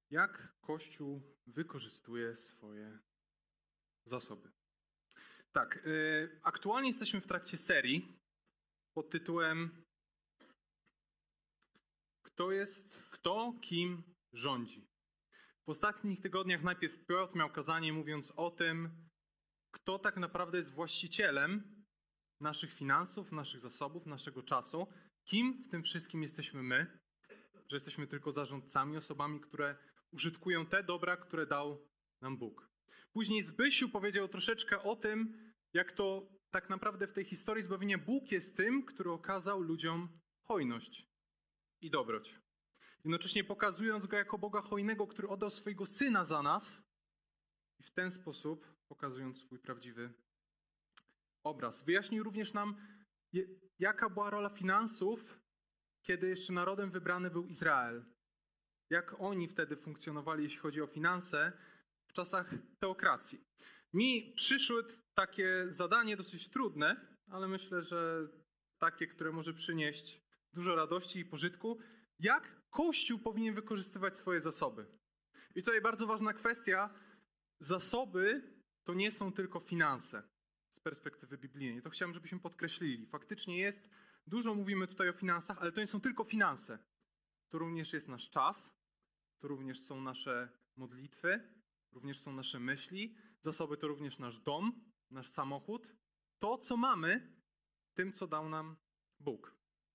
Jak Kościół wykorzystuje swoje zasoby? Tak, aktualnie jesteśmy w trakcie serii pod tytułem Kto kim rządzi? W ostatnich tygodniach najpierw Piotr miał kazanie mówiąc o tym, kto tak naprawdę jest właścicielem naszych finansów, naszych zasobów, naszego czasu. Kim w tym wszystkim jesteśmy my? Że jesteśmy tylko zarządcami, osobami, które użytkują te dobra, które dał nam Bóg. Później Zbysiu powiedział troszeczkę o tym, jak to tak naprawdę w tej historii zbawienia Bóg jest tym, który okazał ludziom hojność i dobroć. Jednocześnie pokazując Go jako Boga hojnego, który oddał swojego Syna za nas i w ten sposób pokazując swój prawdziwy obraz. Wyjaśnił również nam, jaka była rola finansów, kiedy jeszcze narodem wybrany był Izrael. Jak oni wtedy funkcjonowali, jeśli chodzi o finanse w czasach teokracji. Mi przyszło takie zadanie dosyć trudne, ale myślę, że takie, które może przynieść dużo radości i pożytku. Jak Kościół powinien wykorzystywać swoje zasoby? I tutaj bardzo ważna kwestia. Zasoby to nie są tylko finanse z perspektywy biblijnej. To chciałem, żebyśmy podkreślili. Faktycznie jest, dużo mówimy tutaj o finansach, ale to nie są tylko finanse. To również jest nasz czas, to również są nasze modlitwy, również są nasze myśli. Zasoby to również nasz dom, nasz samochód. To, co mamy, tym, co dał nam Bóg.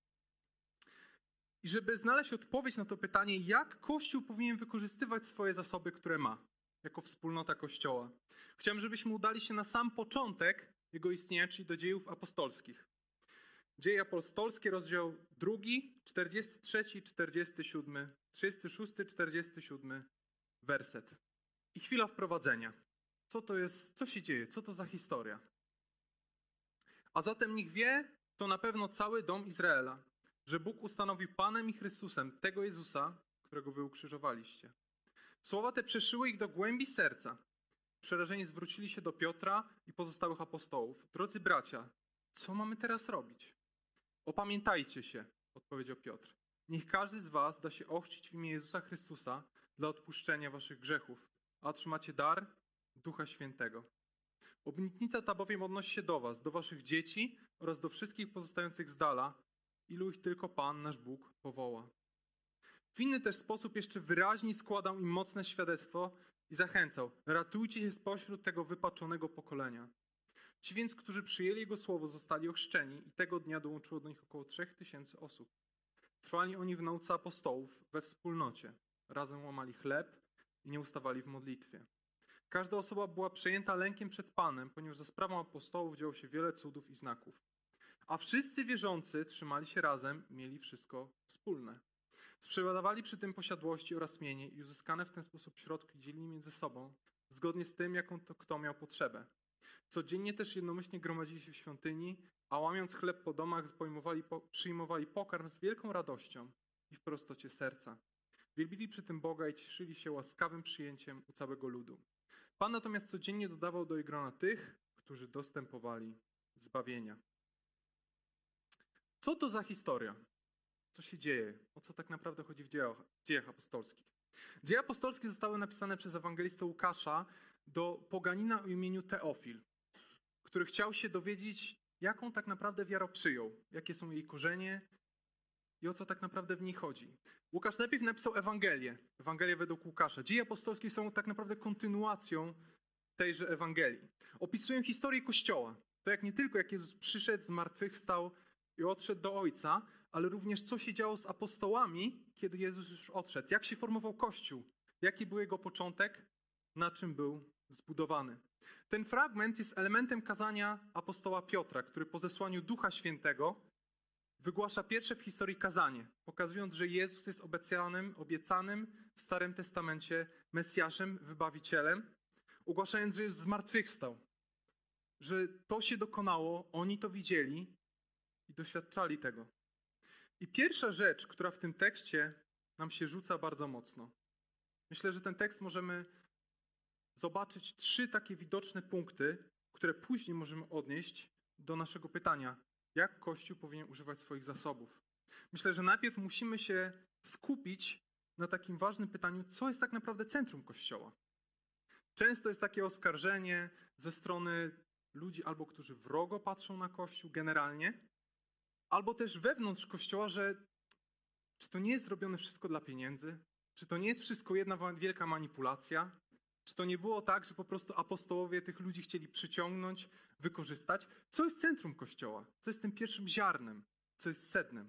I żeby znaleźć odpowiedź na to pytanie, jak Kościół powinien wykorzystywać swoje zasoby, które ma, jako wspólnota Kościoła. Chciałem, żebyśmy udali się na sam początek jego istnienia, czyli do Dziejów Apostolskich. Dzieje Apostolskie, rozdział 2, 43, 47, 36, 47 werset. I chwila wprowadzenia. Co to jest, co się dzieje, co to za historia? A zatem niech wie to na pewno cały dom Izraela, że Bóg ustanowił Panem i Chrystusem tego Jezusa, którego wy ukrzyżowaliście. Słowa te przeszyły ich do głębi serca. Przerażeni zwrócili się do Piotra i pozostałych apostołów. Drodzy bracia, co mamy teraz robić? Opamiętajcie się, odpowiedział Piotr. Niech każdy z was da się ochrzcić w imię Jezusa Chrystusa dla odpuszczenia waszych grzechów, a otrzymacie dar Ducha Świętego. Obietnica ta bowiem odnosi się do was, do waszych dzieci oraz do wszystkich pozostających z dala, ilu ich tylko Pan, nasz Bóg, powoła. W inny też sposób jeszcze wyraźniej składał im mocne świadectwo i zachęcał: ratujcie się spośród tego wypaczonego pokolenia. Ci więc, którzy przyjęli Jego słowo, zostali ochrzczeni i tego dnia dołączyło do nich około 3000 osób. Trwali oni w nauce apostołów, we wspólnocie. Razem łamali chleb i nie ustawali w modlitwie. Każda osoba była przejęta lękiem przed Panem, ponieważ za sprawą apostołów działo się wiele cudów i znaków. A wszyscy wierzący trzymali się razem i mieli wszystko wspólne. Sprzedawali przy tym posiadłości oraz mienie i uzyskane w ten sposób środki dzielili między sobą, zgodnie z tym, jaką to kto miał potrzebę. Codziennie też jednomyślnie gromadzili się w świątyni, a łamiąc chleb po domach przyjmowali pokarm z wielką radością i w prostocie serca. Wielbili przy tym Boga i cieszyli się łaskawym przyjęciem u całego ludu. Pan natomiast codziennie dodawał do ich grona tych, którzy dostępowali zbawienia. Co to za historia? Co się dzieje? O co tak naprawdę chodzi w dziejach apostolskich? Dzieje apostolskie zostały napisane przez ewangelistę Łukasza do poganina o imieniu Teofil, który chciał się dowiedzieć, jaką tak naprawdę wiarę przyjął, jakie są jej korzenie i o co tak naprawdę w niej chodzi. Łukasz najpierw napisał Ewangelię według Łukasza. Dzieje apostolskie są tak naprawdę kontynuacją tejże Ewangelii. Opisują historię Kościoła. To jak nie tylko jak Jezus przyszedł, zmartwychwstał i odszedł do Ojca, ale również co się działo z apostołami, kiedy Jezus już odszedł. Jak się formował Kościół, jaki był jego początek, na czym był zbudowany. Ten fragment jest elementem kazania apostoła Piotra, który po zesłaniu Ducha Świętego wygłasza pierwsze w historii kazanie, pokazując, że Jezus jest obiecanym w Starym Testamencie Mesjaszem, Wybawicielem, ogłaszając, że Jezus zmartwychwstał, że to się dokonało, oni to widzieli i doświadczali tego. I pierwsza rzecz, która w tym tekście nam się rzuca bardzo mocno. Myślę, że ten tekst możemy zobaczyć 3 takie widoczne punkty, które później możemy odnieść do naszego pytania, jak Kościół powinien używać swoich zasobów. Myślę, że najpierw musimy się skupić na takim ważnym pytaniu, co jest tak naprawdę centrum Kościoła. Często jest takie oskarżenie ze strony ludzi, albo którzy wrogo patrzą na Kościół generalnie, albo też wewnątrz Kościoła, że czy to nie jest zrobione wszystko dla pieniędzy? Czy to nie jest wszystko jedna wielka manipulacja? Czy to nie było tak, że po prostu apostołowie tych ludzi chcieli przyciągnąć, wykorzystać? Co jest centrum Kościoła? Co jest tym pierwszym ziarnem? Co jest sednem?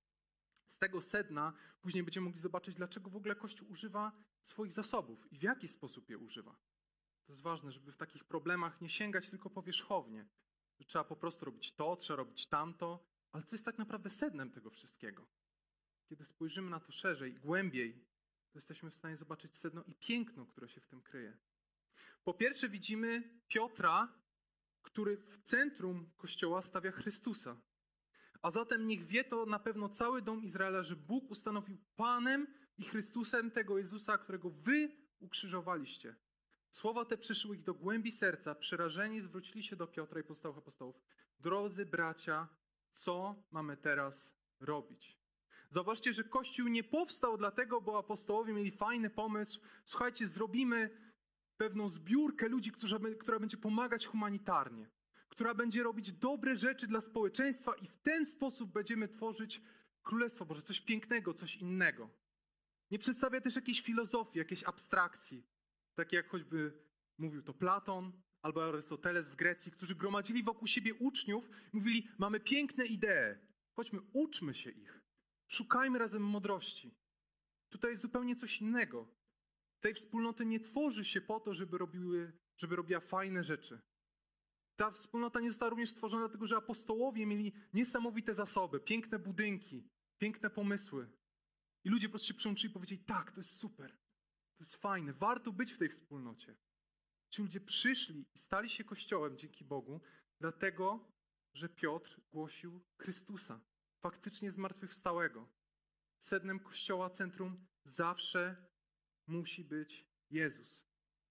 Z tego sedna później będziemy mogli zobaczyć, dlaczego w ogóle Kościół używa swoich zasobów i w jaki sposób je używa. To jest ważne, żeby w takich problemach nie sięgać tylko powierzchownie. Że trzeba po prostu robić to, trzeba robić tamto, ale co jest tak naprawdę sednem tego wszystkiego? Kiedy spojrzymy na to szerzej, głębiej, to jesteśmy w stanie zobaczyć sedno i piękno, które się w tym kryje. Po pierwsze widzimy Piotra, który w centrum Kościoła stawia Chrystusa. A zatem niech wie to na pewno cały dom Izraela, że Bóg ustanowił Panem i Chrystusem tego Jezusa, którego wy ukrzyżowaliście. Słowa te przyszły ich do głębi serca, przerażeni zwrócili się do Piotra i pozostałych apostołów. Drodzy bracia, co mamy teraz robić? Zauważcie, że Kościół nie powstał dlatego, bo apostołowie mieli fajny pomysł. Słuchajcie, zrobimy pewną zbiórkę ludzi, która będzie pomagać humanitarnie, która będzie robić dobre rzeczy dla społeczeństwa i w ten sposób będziemy tworzyć Królestwo Boże, coś pięknego, coś innego. Nie przedstawia też jakiejś filozofii, jakiejś abstrakcji, takie jak choćby mówił to Platon albo Arystoteles w Grecji, którzy gromadzili wokół siebie uczniów i mówili, mamy piękne idee, chodźmy, uczmy się ich. Szukajmy razem mądrości. Tutaj jest zupełnie coś innego. Tej wspólnoty nie tworzy się po to, żeby robiła fajne rzeczy. Ta wspólnota nie została również stworzona dlatego, że apostołowie mieli niesamowite zasoby, piękne budynki, piękne pomysły. I ludzie po prostu się przyłączyli i powiedzieli, tak, to jest super, to jest fajne, warto być w tej wspólnocie. Ci ludzie przyszli i stali się Kościołem dzięki Bogu, dlatego, że Piotr głosił Chrystusa. Faktycznie zmartwychwstałego. Sednem Kościoła, centrum zawsze musi być Jezus.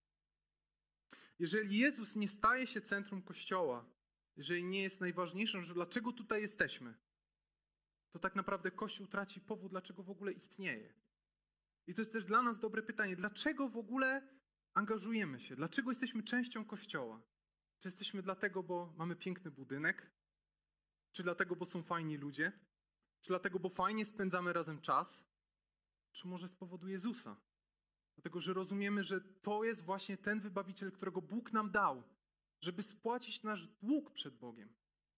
Jeżeli Jezus nie staje się centrum Kościoła, jeżeli nie jest najważniejszą, że dlaczego tutaj jesteśmy, to tak naprawdę Kościół traci powód, dlaczego w ogóle istnieje. I to jest też dla nas dobre pytanie, dlaczego w ogóle angażujemy się? Dlaczego jesteśmy częścią Kościoła? Czy jesteśmy dlatego, bo mamy piękny budynek? Czy dlatego, bo są fajni ludzie? Czy dlatego, bo fajnie spędzamy razem czas? Czy może z powodu Jezusa? Dlatego, że rozumiemy, że to jest właśnie ten wybawiciel, którego Bóg nam dał, żeby spłacić nasz dług przed Bogiem.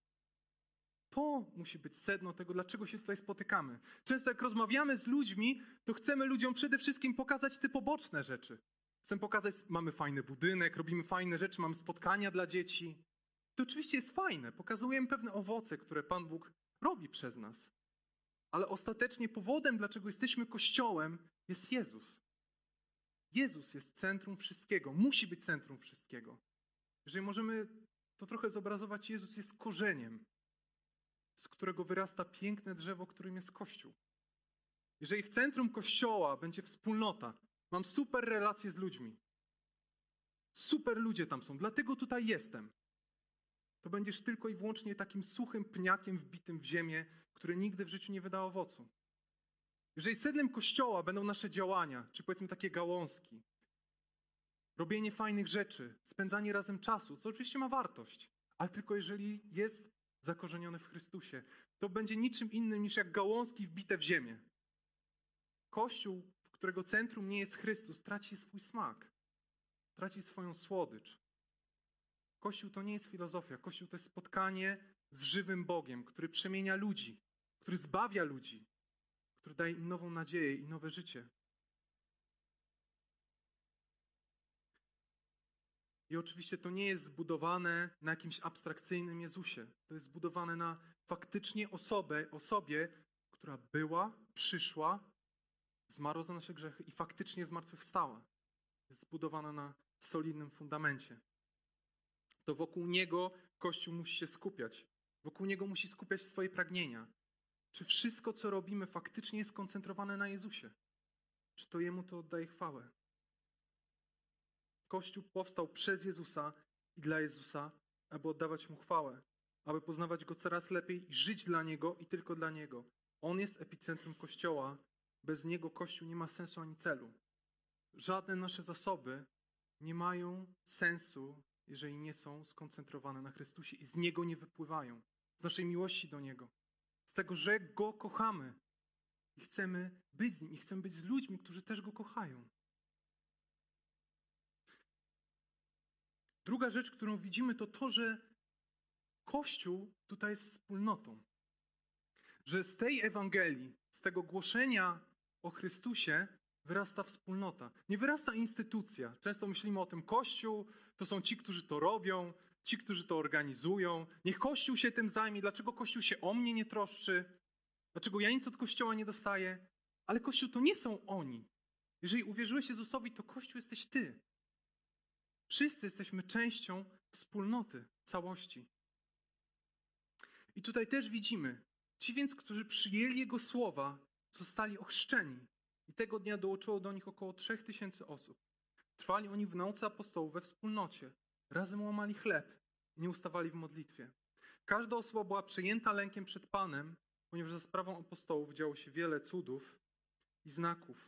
To musi być sedno tego, dlaczego się tutaj spotykamy. Często jak rozmawiamy z ludźmi, to chcemy ludziom przede wszystkim pokazać te poboczne rzeczy. Chcemy pokazać, mamy fajny budynek, robimy fajne rzeczy, mamy spotkania dla dzieci. To oczywiście jest fajne, pokazujemy pewne owoce, które Pan Bóg robi przez nas. Ale ostatecznie powodem, dlaczego jesteśmy Kościołem, jest Jezus. Jezus jest centrum wszystkiego, musi być centrum wszystkiego. Jeżeli możemy to trochę zobrazować, Jezus jest korzeniem, z którego wyrasta piękne drzewo, którym jest Kościół. Jeżeli w centrum Kościoła będzie wspólnota, mam super relacje z ludźmi, super ludzie tam są, dlatego tutaj jestem, to będziesz tylko i wyłącznie takim suchym pniakiem wbitym w ziemię, który nigdy w życiu nie wyda owocu. Jeżeli sednem Kościoła będą nasze działania, czy powiedzmy takie gałązki, robienie fajnych rzeczy, spędzanie razem czasu, co oczywiście ma wartość, ale tylko jeżeli jest zakorzenione w Chrystusie, to będzie niczym innym niż jak gałązki wbite w ziemię. Kościół, w którego centrum nie jest Chrystus, traci swój smak, traci swoją słodycz. Kościół to nie jest filozofia, Kościół to jest spotkanie z żywym Bogiem, który przemienia ludzi, który zbawia ludzi, który daje im nową nadzieję i nowe życie. I oczywiście to nie jest zbudowane na jakimś abstrakcyjnym Jezusie. To jest zbudowane na faktycznie osobie, która była, przyszła, zmarła za nasze grzechy i faktycznie zmartwychwstała. Jest zbudowana na solidnym fundamencie. To wokół Niego Kościół musi się skupiać. Wokół Niego musi skupiać swoje pragnienia. Czy wszystko, co robimy, faktycznie jest skoncentrowane na Jezusie? Czy to Jemu to oddaje chwałę? Kościół powstał przez Jezusa i dla Jezusa, aby oddawać Mu chwałę, aby poznawać Go coraz lepiej i żyć dla Niego i tylko dla Niego. On jest epicentrum Kościoła, Bez niego Kościół nie ma sensu ani celu. Żadne nasze zasoby nie mają sensu, jeżeli nie są skoncentrowane na Chrystusie i z Niego nie wypływają. Z naszej miłości do Niego. Z tego, że Go kochamy i chcemy być z Nim i chcemy być z ludźmi, którzy też Go kochają. Druga rzecz, którą widzimy, to to, że Kościół tutaj jest wspólnotą. Że z tej Ewangelii, z tego głoszenia o Chrystusie wyrasta wspólnota. Nie wyrasta instytucja. Często myślimy o tym, Kościół to są ci, którzy to robią, ci, którzy to organizują. Niech Kościół się tym zajmie. Dlaczego Kościół się o mnie nie troszczy? Dlaczego ja nic od Kościoła nie dostaję? Ale Kościół to nie są oni. Jeżeli uwierzyłeś Jezusowi, to Kościół jesteś ty. Wszyscy jesteśmy częścią wspólnoty, całości. I tutaj też widzimy, ci więc, którzy przyjęli Jego słowa, zostali ochrzczeni. I tego dnia dołączyło do nich około 3000 osób. Trwali oni w nauce apostołów we wspólnocie. Razem łamali chleb i nie ustawali w modlitwie. Każda osoba była przejęta lękiem przed Panem, ponieważ za sprawą apostołów działo się wiele cudów i znaków.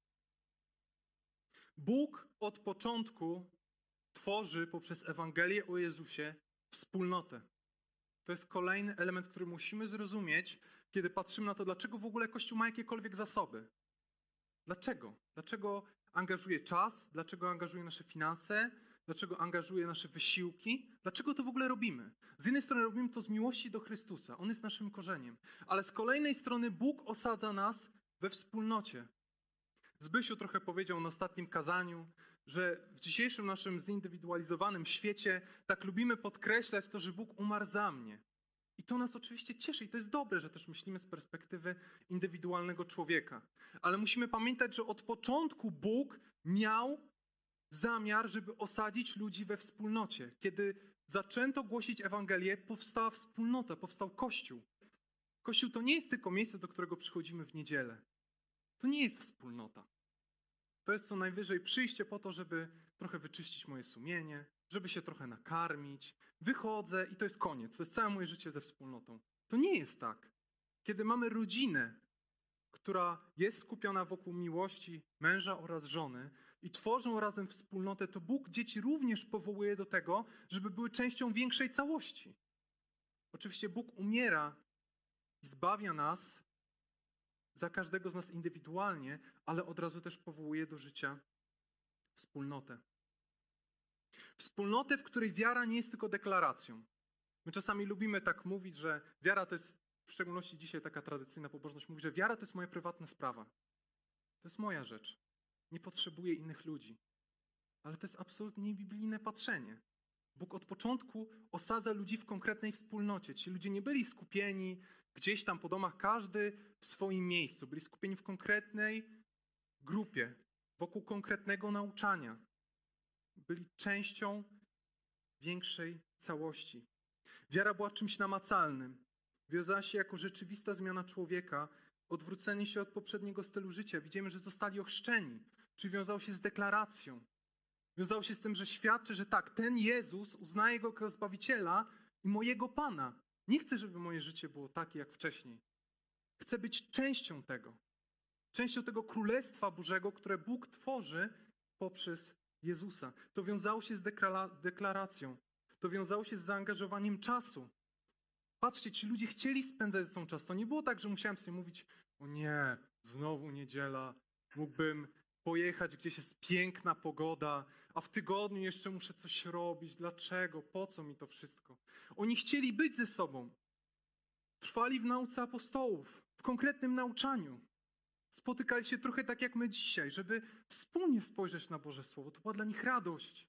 Bóg od początku tworzy poprzez Ewangelię o Jezusie wspólnotę. To jest kolejny element, który musimy zrozumieć, kiedy patrzymy na to, dlaczego w ogóle Kościół ma jakiekolwiek zasoby. Dlaczego? Dlaczego angażuje czas? Dlaczego angażuje nasze finanse? Dlaczego angażuje nasze wysiłki? Dlaczego to w ogóle robimy? Z jednej strony robimy to z miłości do Chrystusa. On jest naszym korzeniem. Ale z kolejnej strony Bóg osadza nas we wspólnocie. Zbysiu trochę powiedział na ostatnim kazaniu, że w dzisiejszym naszym zindywidualizowanym świecie tak lubimy podkreślać to, że Bóg umarł za mnie. I to nas oczywiście cieszy i to jest dobre, że też myślimy z perspektywy indywidualnego człowieka. Ale musimy pamiętać, że od początku Bóg miał zamiar, żeby osadzić ludzi we wspólnocie. Kiedy zaczęto głosić Ewangelię, powstała wspólnota, powstał Kościół. Kościół to nie jest tylko miejsce, do którego przychodzimy w niedzielę. To nie jest wspólnota. To jest co najwyżej przyjście po to, żeby trochę wyczyścić moje sumienie, żeby się trochę nakarmić. Wychodzę i to jest koniec. To jest całe moje życie ze wspólnotą. To nie jest tak. Kiedy mamy rodzinę, która jest skupiona wokół miłości męża oraz żony i tworzą razem wspólnotę, to Bóg dzieci również powołuje do tego, żeby były częścią większej całości. Oczywiście Bóg umiera i zbawia nas za każdego z nas indywidualnie, ale od razu też powołuje do życia wspólnotę. Wspólnotę, w której wiara nie jest tylko deklaracją. My czasami lubimy tak mówić, że wiara to jest, w szczególności dzisiaj taka tradycyjna pobożność mówi, że wiara to jest moja prywatna sprawa. To jest moja rzecz. Nie potrzebuję innych ludzi. Ale to jest absolutnie niebiblijne patrzenie. Bóg od początku osadza ludzi w konkretnej wspólnocie. Ci ludzie nie byli skupieni gdzieś tam po domach, każdy w swoim miejscu. Byli skupieni w konkretnej grupie, wokół konkretnego nauczania. Byli częścią większej całości. Wiara była czymś namacalnym. Wiązała się jako rzeczywista zmiana człowieka, odwrócenie się od poprzedniego stylu życia. Widzimy, że zostali ochrzczeni, czyli wiązało się z deklaracją. Wiązało się z tym, że świadczy, że tak, ten Jezus uznaje Go jako Zbawiciela i mojego Pana. Nie chcę, żeby moje życie było takie jak wcześniej. Chcę być częścią tego Królestwa Bożego, które Bóg tworzy poprzez Jezusa. To wiązało się z deklaracją. To wiązało się z zaangażowaniem czasu. Patrzcie, ci ludzie chcieli spędzać ze sobą czas. To nie było tak, że musiałem sobie mówić, o nie, znowu niedziela, mógłbym pojechać, gdzieś jest piękna pogoda, a w tygodniu jeszcze muszę coś robić. Dlaczego? Po co mi to wszystko? Oni chcieli być ze sobą. Trwali w nauce apostołów, w konkretnym nauczaniu. Spotykali się trochę tak jak my dzisiaj, żeby wspólnie spojrzeć na Boże Słowo. To była dla nich radość.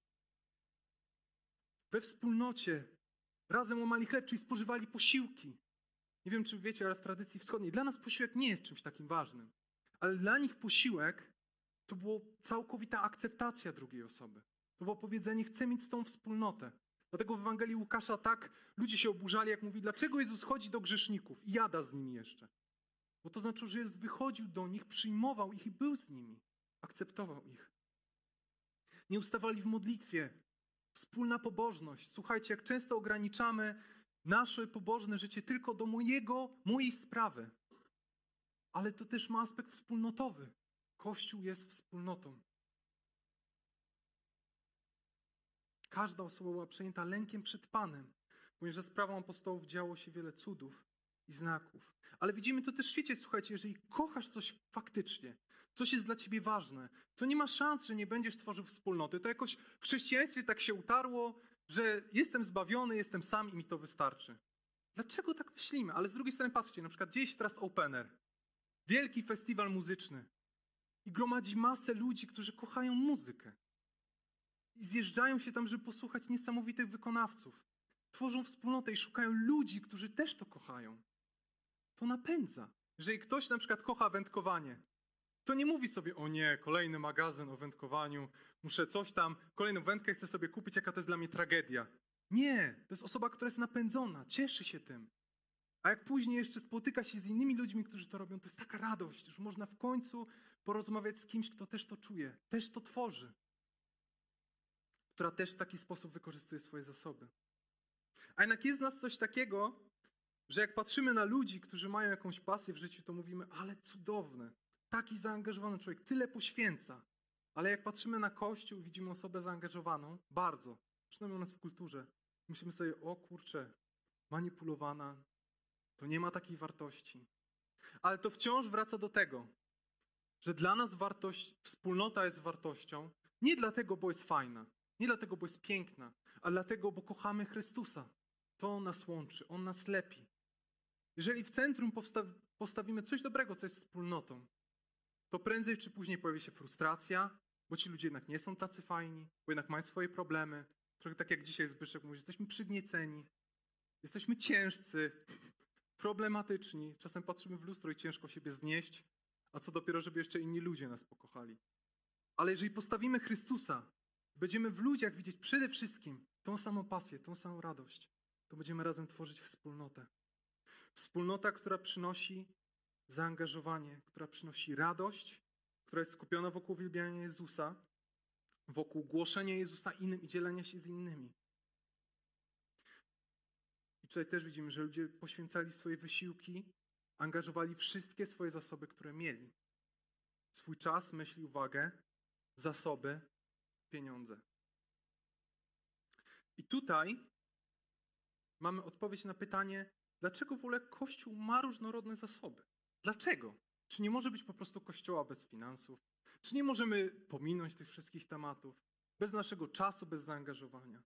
We wspólnocie razem łamali chleb, czyli spożywali posiłki. Nie wiem, czy wiecie, ale w tradycji wschodniej dla nas posiłek nie jest czymś takim ważnym. Ale dla nich posiłek to była całkowita akceptacja drugiej osoby. To było powiedzenie, chcę mieć z tą wspólnotę. Dlatego w Ewangelii Łukasza tak ludzie się oburzali, jak mówi, dlaczego Jezus chodzi do grzeszników i jada z nimi jeszcze. Bo to znaczy, że Jezus wychodził do nich, przyjmował ich i był z nimi. Akceptował ich. Nie ustawali w modlitwie. Wspólna pobożność. Słuchajcie, jak często ograniczamy nasze pobożne życie tylko do mojej sprawy. ale to też ma aspekt wspólnotowy. Kościół jest wspólnotą. Każda osoba była przejęta lękiem przed Panem, ponieważ za sprawą apostołów działo się wiele cudów i znaków. Ale widzimy to też w świecie, słuchajcie, jeżeli kochasz coś faktycznie, coś jest dla ciebie ważne, to nie ma szans, że nie będziesz tworzył wspólnoty. To jakoś w chrześcijaństwie tak się utarło, że jestem zbawiony, jestem sam i mi to wystarczy. Dlaczego tak myślimy? Ale z drugiej strony patrzcie, na przykład dzieje się teraz Open Air. Wielki festiwal muzyczny. I gromadzi masę ludzi, którzy kochają muzykę. I zjeżdżają się tam, żeby posłuchać niesamowitych wykonawców. Tworzą wspólnotę i szukają ludzi, którzy też to kochają. To napędza. Jeżeli ktoś na przykład kocha wędkowanie, to nie mówi sobie, o nie, kolejny magazyn o wędkowaniu, muszę coś tam, kolejną wędkę chcę sobie kupić, jaka to jest dla mnie tragedia. Nie, to jest osoba, która jest napędzona, cieszy się tym. A jak później jeszcze spotyka się z innymi ludźmi, którzy to robią, to jest taka radość, że można w końcu porozmawiać z kimś, kto też to czuje, też to tworzy, która też w taki sposób wykorzystuje swoje zasoby. A jednak jest w nas coś takiego, że jak patrzymy na ludzi, którzy mają jakąś pasję w życiu, to mówimy, ale cudowne, taki zaangażowany człowiek, tyle poświęca. Ale jak patrzymy na Kościół i widzimy osobę zaangażowaną, bardzo, przynajmniej u nas w kulturze, myślimy sobie, o kurczę, manipulowana, to nie ma takiej wartości. Ale to wciąż wraca do tego, że dla nas wspólnota jest wartością nie dlatego, bo jest fajna, nie dlatego, bo jest piękna, ale dlatego, bo kochamy Chrystusa. To On nas łączy, On nas lepi. Jeżeli w centrum postawimy coś dobrego, co jest wspólnotą, to prędzej czy później pojawi się frustracja, bo ci ludzie jednak nie są tacy fajni, bo jednak mają swoje problemy. Trochę tak jak dzisiaj Zbyszek mówi, że jesteśmy przygnieceni, jesteśmy ciężcy, problematyczni. Czasem patrzymy w lustro i ciężko siebie znieść, a co dopiero, żeby jeszcze inni ludzie nas pokochali. Ale jeżeli postawimy Chrystusa, będziemy w ludziach widzieć przede wszystkim tą samą pasję, tą samą radość, to będziemy razem tworzyć wspólnotę. Wspólnota, która przynosi zaangażowanie, która przynosi radość, która jest skupiona wokół uwielbiania Jezusa, wokół głoszenia Jezusa innym i dzielenia się z innymi. I tutaj też widzimy, że ludzie poświęcali swoje wysiłki, angażowali wszystkie swoje zasoby, które mieli. Swój czas, myśl, uwagę, zasoby, pieniądze. I tutaj mamy odpowiedź na pytanie, dlaczego w ogóle Kościół ma różnorodne zasoby? Dlaczego? Czy nie może być po prostu Kościoła bez finansów? Czy nie możemy pominąć tych wszystkich tematów? Bez naszego czasu, bez zaangażowania?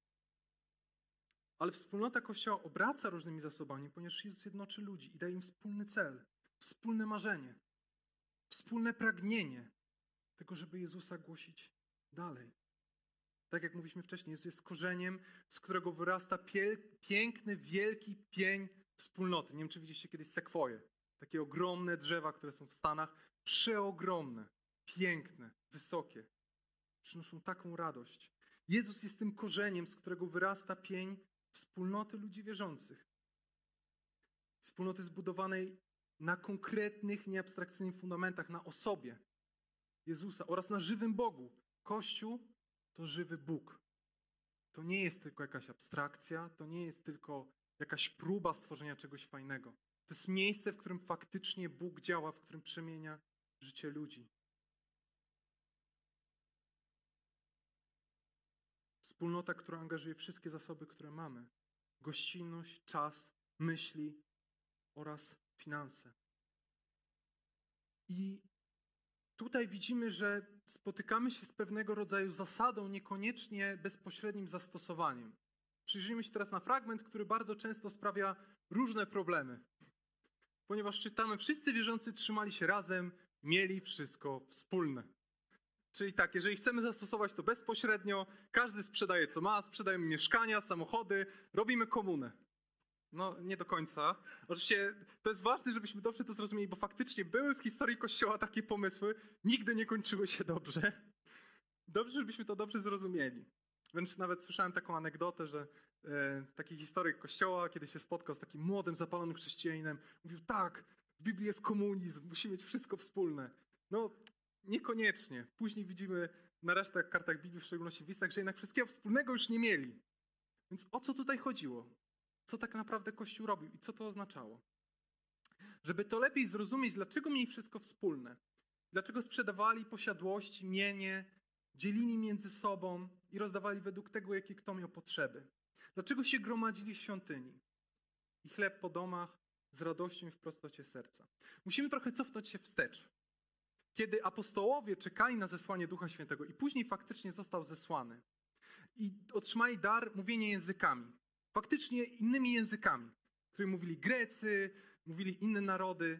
Ale wspólnota Kościoła obraca różnymi zasobami, ponieważ Jezus jednoczy ludzi i daje im wspólny cel, wspólne marzenie, wspólne pragnienie tego, żeby Jezusa głosić dalej. Tak jak mówiliśmy wcześniej, Jezus jest korzeniem, z którego wyrasta piękny, wielki pień wspólnoty. Nie wiem, czy widzieliście kiedyś sekwoje. Takie ogromne drzewa, które są w Stanach. Przeogromne, piękne, wysokie. Przynoszą taką radość. Jezus jest tym korzeniem, z którego wyrasta pień wspólnoty ludzi wierzących. Wspólnoty zbudowanej na konkretnych, nieabstrakcyjnych fundamentach, na osobie Jezusa oraz na żywym Bogu. Kościół to żywy Bóg. To nie jest tylko jakaś abstrakcja, to nie jest tylko jakaś próba stworzenia czegoś fajnego. To jest miejsce, w którym faktycznie Bóg działa, w którym przemienia życie ludzi. Wspólnota, która angażuje wszystkie zasoby, które mamy. Gościnność, czas, myśli oraz finanse. I tutaj widzimy, że spotykamy się z pewnego rodzaju zasadą, niekoniecznie bezpośrednim zastosowaniem. Przyjrzyjmy się teraz na fragment, który bardzo często sprawia różne problemy. Ponieważ czytamy, wszyscy wierzący trzymali się razem, mieli wszystko wspólne. Czyli tak, jeżeli chcemy zastosować to bezpośrednio, każdy sprzedaje co ma, sprzedajemy mieszkania, samochody, robimy komunę. No, nie do końca. Oczywiście to jest ważne, żebyśmy dobrze to zrozumieli, bo faktycznie były w historii Kościoła takie pomysły, nigdy nie kończyły się dobrze. Dobrze, żebyśmy to dobrze zrozumieli. Wręcz nawet słyszałem taką anegdotę, że taki historyk Kościoła, kiedy się spotkał z takim młodym, zapalonym chrześcijaninem, mówił, tak, w Biblii jest komunizm, musi mieć wszystko wspólne. No, niekoniecznie. Później widzimy na resztach kartach Biblii, w szczególności w listach, że jednak wszystkiego wspólnego już nie mieli. Więc o co tutaj chodziło? Co tak naprawdę Kościół robił i co to oznaczało? Żeby to lepiej zrozumieć, dlaczego mieli wszystko wspólne. Dlaczego sprzedawali posiadłości, mienie, dzielili między sobą i rozdawali według tego, jakie kto miał potrzeby. Dlaczego się gromadzili w świątyni i chleb po domach z radością i w prostocie serca. Musimy trochę cofnąć się wstecz. Kiedy apostołowie czekali na zesłanie Ducha Świętego i później faktycznie został zesłany i otrzymali dar mówienia językami, faktycznie innymi językami, którymi mówili Grecy, mówili inne narody,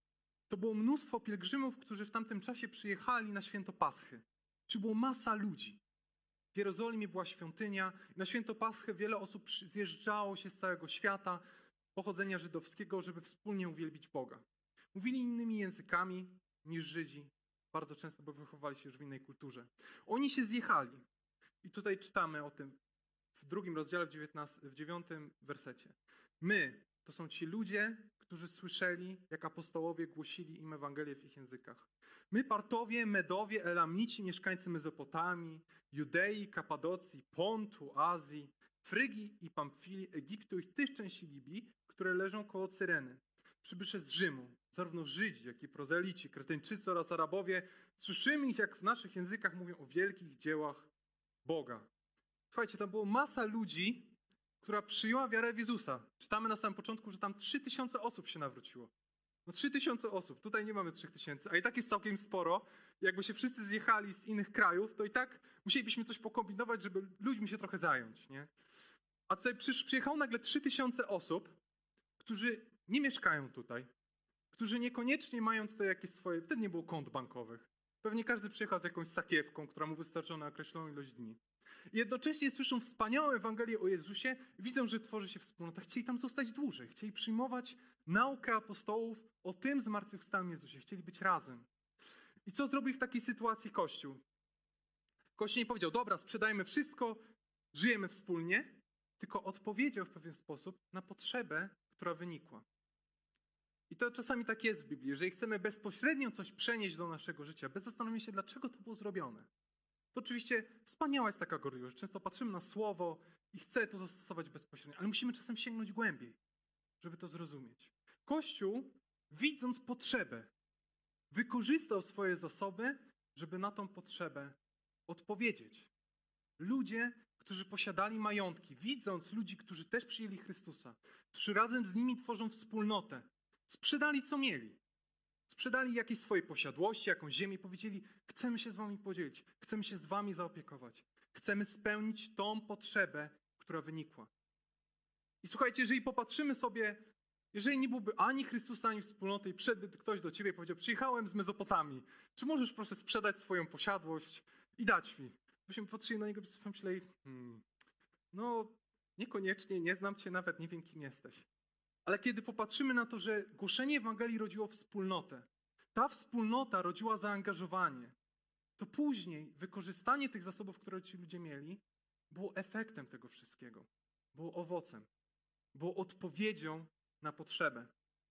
to było mnóstwo pielgrzymów, którzy w tamtym czasie przyjechali na święto Paschy. Czy było masa ludzi. W Jerozolimie była świątynia. Na święto Paschy wiele osób zjeżdżało się z całego świata, pochodzenia żydowskiego, żeby wspólnie uwielbić Boga. Mówili innymi językami niż Żydzi. Bardzo często, bo wychowywali się już w innej kulturze. Oni się zjechali. I tutaj czytamy o tym w 2 rozdziale, w 9 wersecie. My, to są ci ludzie, którzy słyszeli, jak apostołowie głosili im Ewangelię w ich językach. My, Partowie, Medowie, Elamici, mieszkańcy Mezopotamii, Judei, Kapadocji, Pontu, Azji, Frygii i Pamfilii, Egiptu i tych części Libii, które leżą koło Cyreny. Przybysze z Rzymu, zarówno Żydzi, jak i prozelici, Kretyńczycy oraz Arabowie, słyszymy ich, jak w naszych językach mówią o wielkich dziełach Boga. Słuchajcie, tam było masa ludzi, która przyjęła wiarę w Jezusa. Czytamy na samym początku, że tam 3000 osób się nawróciło. No 3000 osób, tutaj nie mamy 3000, a i tak jest całkiem sporo. Jakby się wszyscy zjechali z innych krajów, to i tak musielibyśmy coś pokombinować, żeby ludźmi się trochę zająć, nie? A tutaj przyjechało nagle 3000 osób, którzy nie mieszkają tutaj, którzy niekoniecznie mają tutaj jakieś swoje, wtedy nie było kont bankowych. Pewnie każdy przyjechał z jakąś sakiewką, która mu wystarczyła na określoną ilość dni. I jednocześnie słyszą wspaniałą Ewangelię o Jezusie, widzą, że tworzy się wspólnota. Chcieli tam zostać dłużej, chcieli przyjmować naukę apostołów o tym zmartwychwstałym Jezusie. Chcieli być razem. I co zrobił w takiej sytuacji Kościół? Kościół nie powiedział, dobra, sprzedajmy wszystko, żyjemy wspólnie, tylko odpowiedział w pewien sposób na potrzebę, która wynikła. I to czasami tak jest w Biblii. Jeżeli chcemy bezpośrednio coś przenieść do naszego życia, bez zastanowienia się, dlaczego to było zrobione, to oczywiście wspaniała jest taka gorliwość. Często patrzymy na słowo i chcę to zastosować bezpośrednio, ale musimy czasem sięgnąć głębiej, żeby to zrozumieć. Kościół, widząc potrzebę, wykorzystał swoje zasoby, żeby na tą potrzebę odpowiedzieć. Ludzie, którzy posiadali majątki, widząc ludzi, którzy też przyjęli Chrystusa, którzy razem z nimi tworzą wspólnotę, sprzedali co mieli. Sprzedali jakieś swoje posiadłości, jakąś ziemię i powiedzieli, chcemy się z wami podzielić, chcemy się z wami zaopiekować, chcemy spełnić tą potrzebę, która wynikła. I słuchajcie, jeżeli popatrzymy sobie, jeżeli nie byłby ani Chrystusa, ani wspólnoty i przyszedłby ktoś do ciebie i powiedział, przyjechałem z Mezopotamii, czy możesz proszę sprzedać swoją posiadłość i dać mi? Byśmy patrzyli na niego i pomyśleli, no niekoniecznie, nie znam cię, nawet nie wiem, kim jesteś. Ale kiedy popatrzymy na to, że głoszenie Ewangelii rodziło wspólnotę, ta wspólnota rodziła zaangażowanie, to później wykorzystanie tych zasobów, które ci ludzie mieli, było efektem tego wszystkiego. Było owocem. Było odpowiedzią na potrzebę.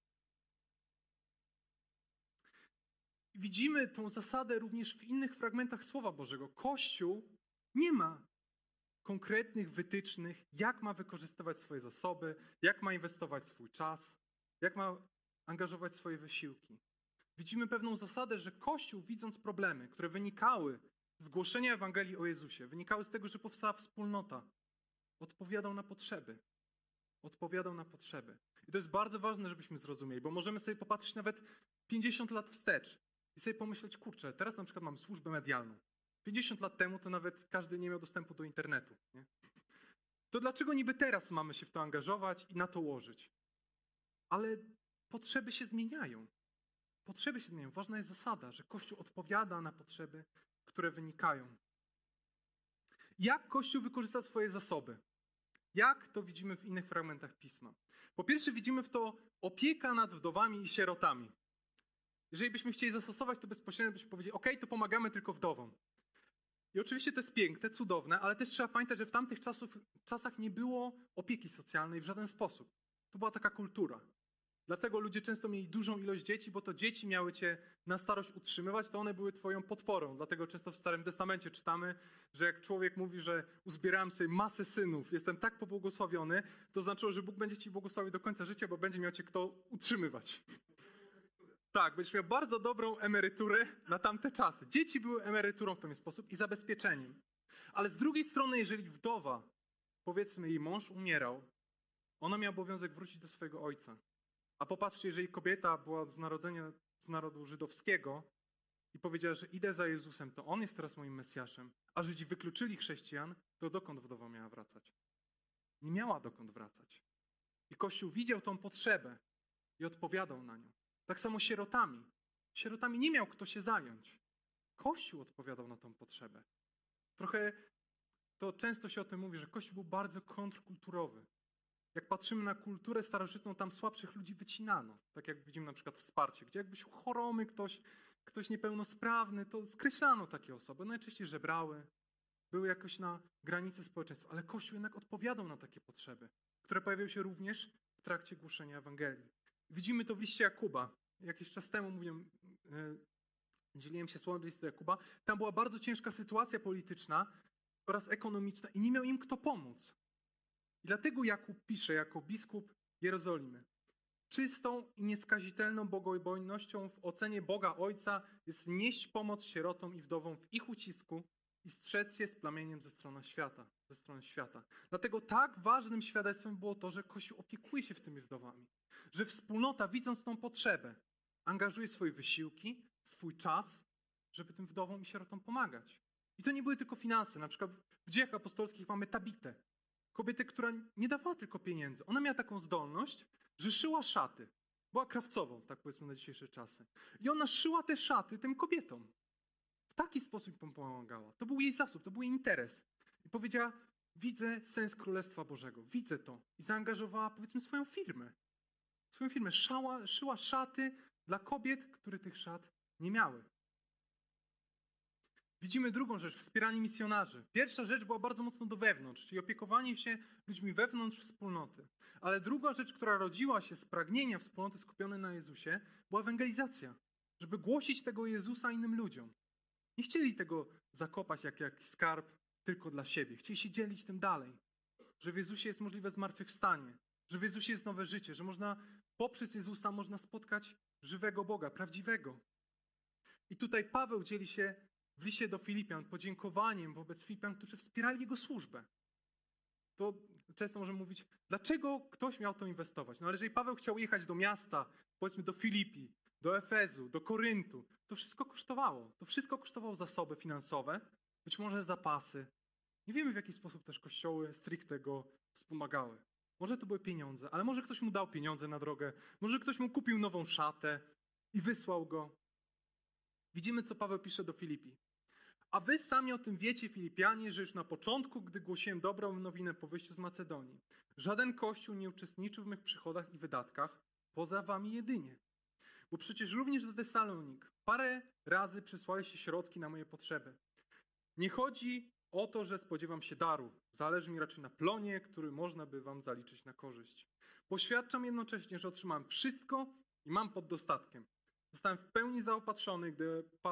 Widzimy tą zasadę również w innych fragmentach Słowa Bożego. Kościół nie ma konkretnych wytycznych, jak ma wykorzystywać swoje zasoby, jak ma inwestować swój czas, jak ma angażować swoje wysiłki. Widzimy pewną zasadę, że Kościół, widząc problemy, które wynikały z głoszenia Ewangelii o Jezusie, wynikały z tego, że powstała wspólnota, odpowiadał na potrzeby. Odpowiadał na potrzeby. I to jest bardzo ważne, żebyśmy zrozumieli, bo możemy sobie popatrzeć nawet 50 lat wstecz i sobie pomyśleć, kurczę, teraz na przykład mamy służbę medialną. 50 lat temu to nawet każdy nie miał dostępu do internetu. Nie? To dlaczego niby teraz mamy się w to angażować i na to łożyć? Ale potrzeby się zmieniają. Potrzeby się zmieniają. Ważna jest zasada, że Kościół odpowiada na potrzeby, które wynikają. Jak Kościół wykorzysta swoje zasoby? Jak to widzimy w innych fragmentach Pisma? Po pierwsze widzimy w to opieka nad wdowami i sierotami. Jeżeli byśmy chcieli zastosować to bezpośrednio, byśmy powiedzieli, to pomagamy tylko wdowom. I oczywiście to jest piękne, cudowne, ale też trzeba pamiętać, że w tamtych czasach nie było opieki socjalnej w żaden sposób. To była taka kultura. Dlatego ludzie często mieli dużą ilość dzieci, bo to dzieci miały cię na starość utrzymywać, to one były twoją podporą. Dlatego często w Starym Testamencie czytamy, że jak człowiek mówi, że uzbierałem sobie masę synów, jestem tak pobłogosławiony, to znaczyło, że Bóg będzie ci błogosławił do końca życia, bo będzie miał cię kto utrzymywać. Tak, będziesz miał bardzo dobrą emeryturę na tamte czasy. Dzieci były emeryturą w pewien sposób i zabezpieczeniem. Ale z drugiej strony, jeżeli wdowa, powiedzmy jej mąż umierał, ona miała obowiązek wrócić do swojego ojca. A popatrzcie, jeżeli kobieta była z narodzenia z narodu żydowskiego i powiedziała, że idę za Jezusem, to On jest teraz moim Mesjaszem, a Żydzi wykluczyli chrześcijan, to dokąd wdowa miała wracać? Nie miała dokąd wracać. I Kościół widział tą potrzebę i odpowiadał na nią. Tak samo sierotami. Sierotami nie miał kto się zająć. Kościół odpowiadał na tą potrzebę. Trochę to często się o tym mówi, że Kościół był bardzo kontrkulturowy. Jak patrzymy na kulturę starożytną, tam słabszych ludzi wycinano. Tak jak widzimy na przykład wsparcie, gdzie jakbyś choromy, ktoś niepełnosprawny, to skreślano takie osoby. Najczęściej żebrały, były jakoś na granicy społeczeństwa. Ale Kościół jednak odpowiadał na takie potrzeby, które pojawiały się również w trakcie głoszenia Ewangelii. Widzimy to w liście Jakuba. Jakiś czas temu dzieliłem się słowem z listu Jakuba. Tam była bardzo ciężka sytuacja polityczna oraz ekonomiczna i nie miał im kto pomóc. I dlatego Jakub pisze jako biskup Jerozolimy. Czystą i nieskazitelną bogobojnością w ocenie Boga Ojca jest nieść pomoc sierotom i wdowom w ich ucisku i strzec się z plamieniem ze strony świata. Dlatego tak ważnym świadectwem było to, że Kościół opiekuje się tymi wdowami. Że wspólnota, widząc tą potrzebę, angażuje swoje wysiłki, swój czas, żeby tym wdowom i sierotom pomagać. I to nie były tylko finanse. Na przykład w Dziejach Apostolskich mamy Tabitę. Kobietę, która nie dawała tylko pieniędzy. Ona miała taką zdolność, że szyła szaty. Była krawcową, tak powiedzmy na dzisiejsze czasy. I ona szyła te szaty tym kobietom. W taki sposób im pomagała. To był jej zasób, to był jej interes. I powiedziała, widzę sens Królestwa Bożego, widzę to. I zaangażowała, powiedzmy, swoją firmę. Szyła szaty dla kobiet, które tych szat nie miały. Widzimy drugą rzecz, wspieranie misjonarzy. Pierwsza rzecz była bardzo mocno do wewnątrz, czyli opiekowanie się ludźmi wewnątrz wspólnoty. Ale druga rzecz, która rodziła się z pragnienia wspólnoty skupionej na Jezusie, była ewangelizacja. Żeby głosić tego Jezusa innym ludziom. Nie chcieli tego zakopać jak jakiś skarb tylko dla siebie. Chcieli się dzielić tym dalej. Że w Jezusie jest możliwe zmartwychwstanie. Że w Jezusie jest nowe życie. Że poprzez Jezusa można spotkać żywego Boga, prawdziwego. I tutaj Paweł dzieli się w liście do Filipian podziękowaniem wobec Filipian, którzy wspierali jego służbę. To często możemy mówić, dlaczego ktoś miał to inwestować? No ale jeżeli Paweł chciał jechać do miasta, powiedzmy do Filipi, do Efezu, do Koryntu, to wszystko kosztowało. To wszystko kosztowało zasoby finansowe, być może zapasy. Nie wiemy, w jaki sposób też kościoły stricte go wspomagały. Może to były pieniądze, ale może ktoś mu dał pieniądze na drogę, może ktoś mu kupił nową szatę i wysłał go. Widzimy, co Paweł pisze do Filipi. A wy sami o tym wiecie, Filipianie, że już na początku, gdy głosiłem dobrą nowinę po wyjściu z Macedonii, żaden kościół nie uczestniczył w mych przychodach i wydatkach, poza wami jedynie. Bo przecież również do Tesalonik parę razy przysłaliście środki na moje potrzeby. Nie chodzi o to, że spodziewam się daru. Zależy mi raczej na plonie, który można by wam zaliczyć na korzyść. Poświadczam jednocześnie, że otrzymałem wszystko i mam pod dostatkiem. Zostałem w pełni zaopatrzony, gdy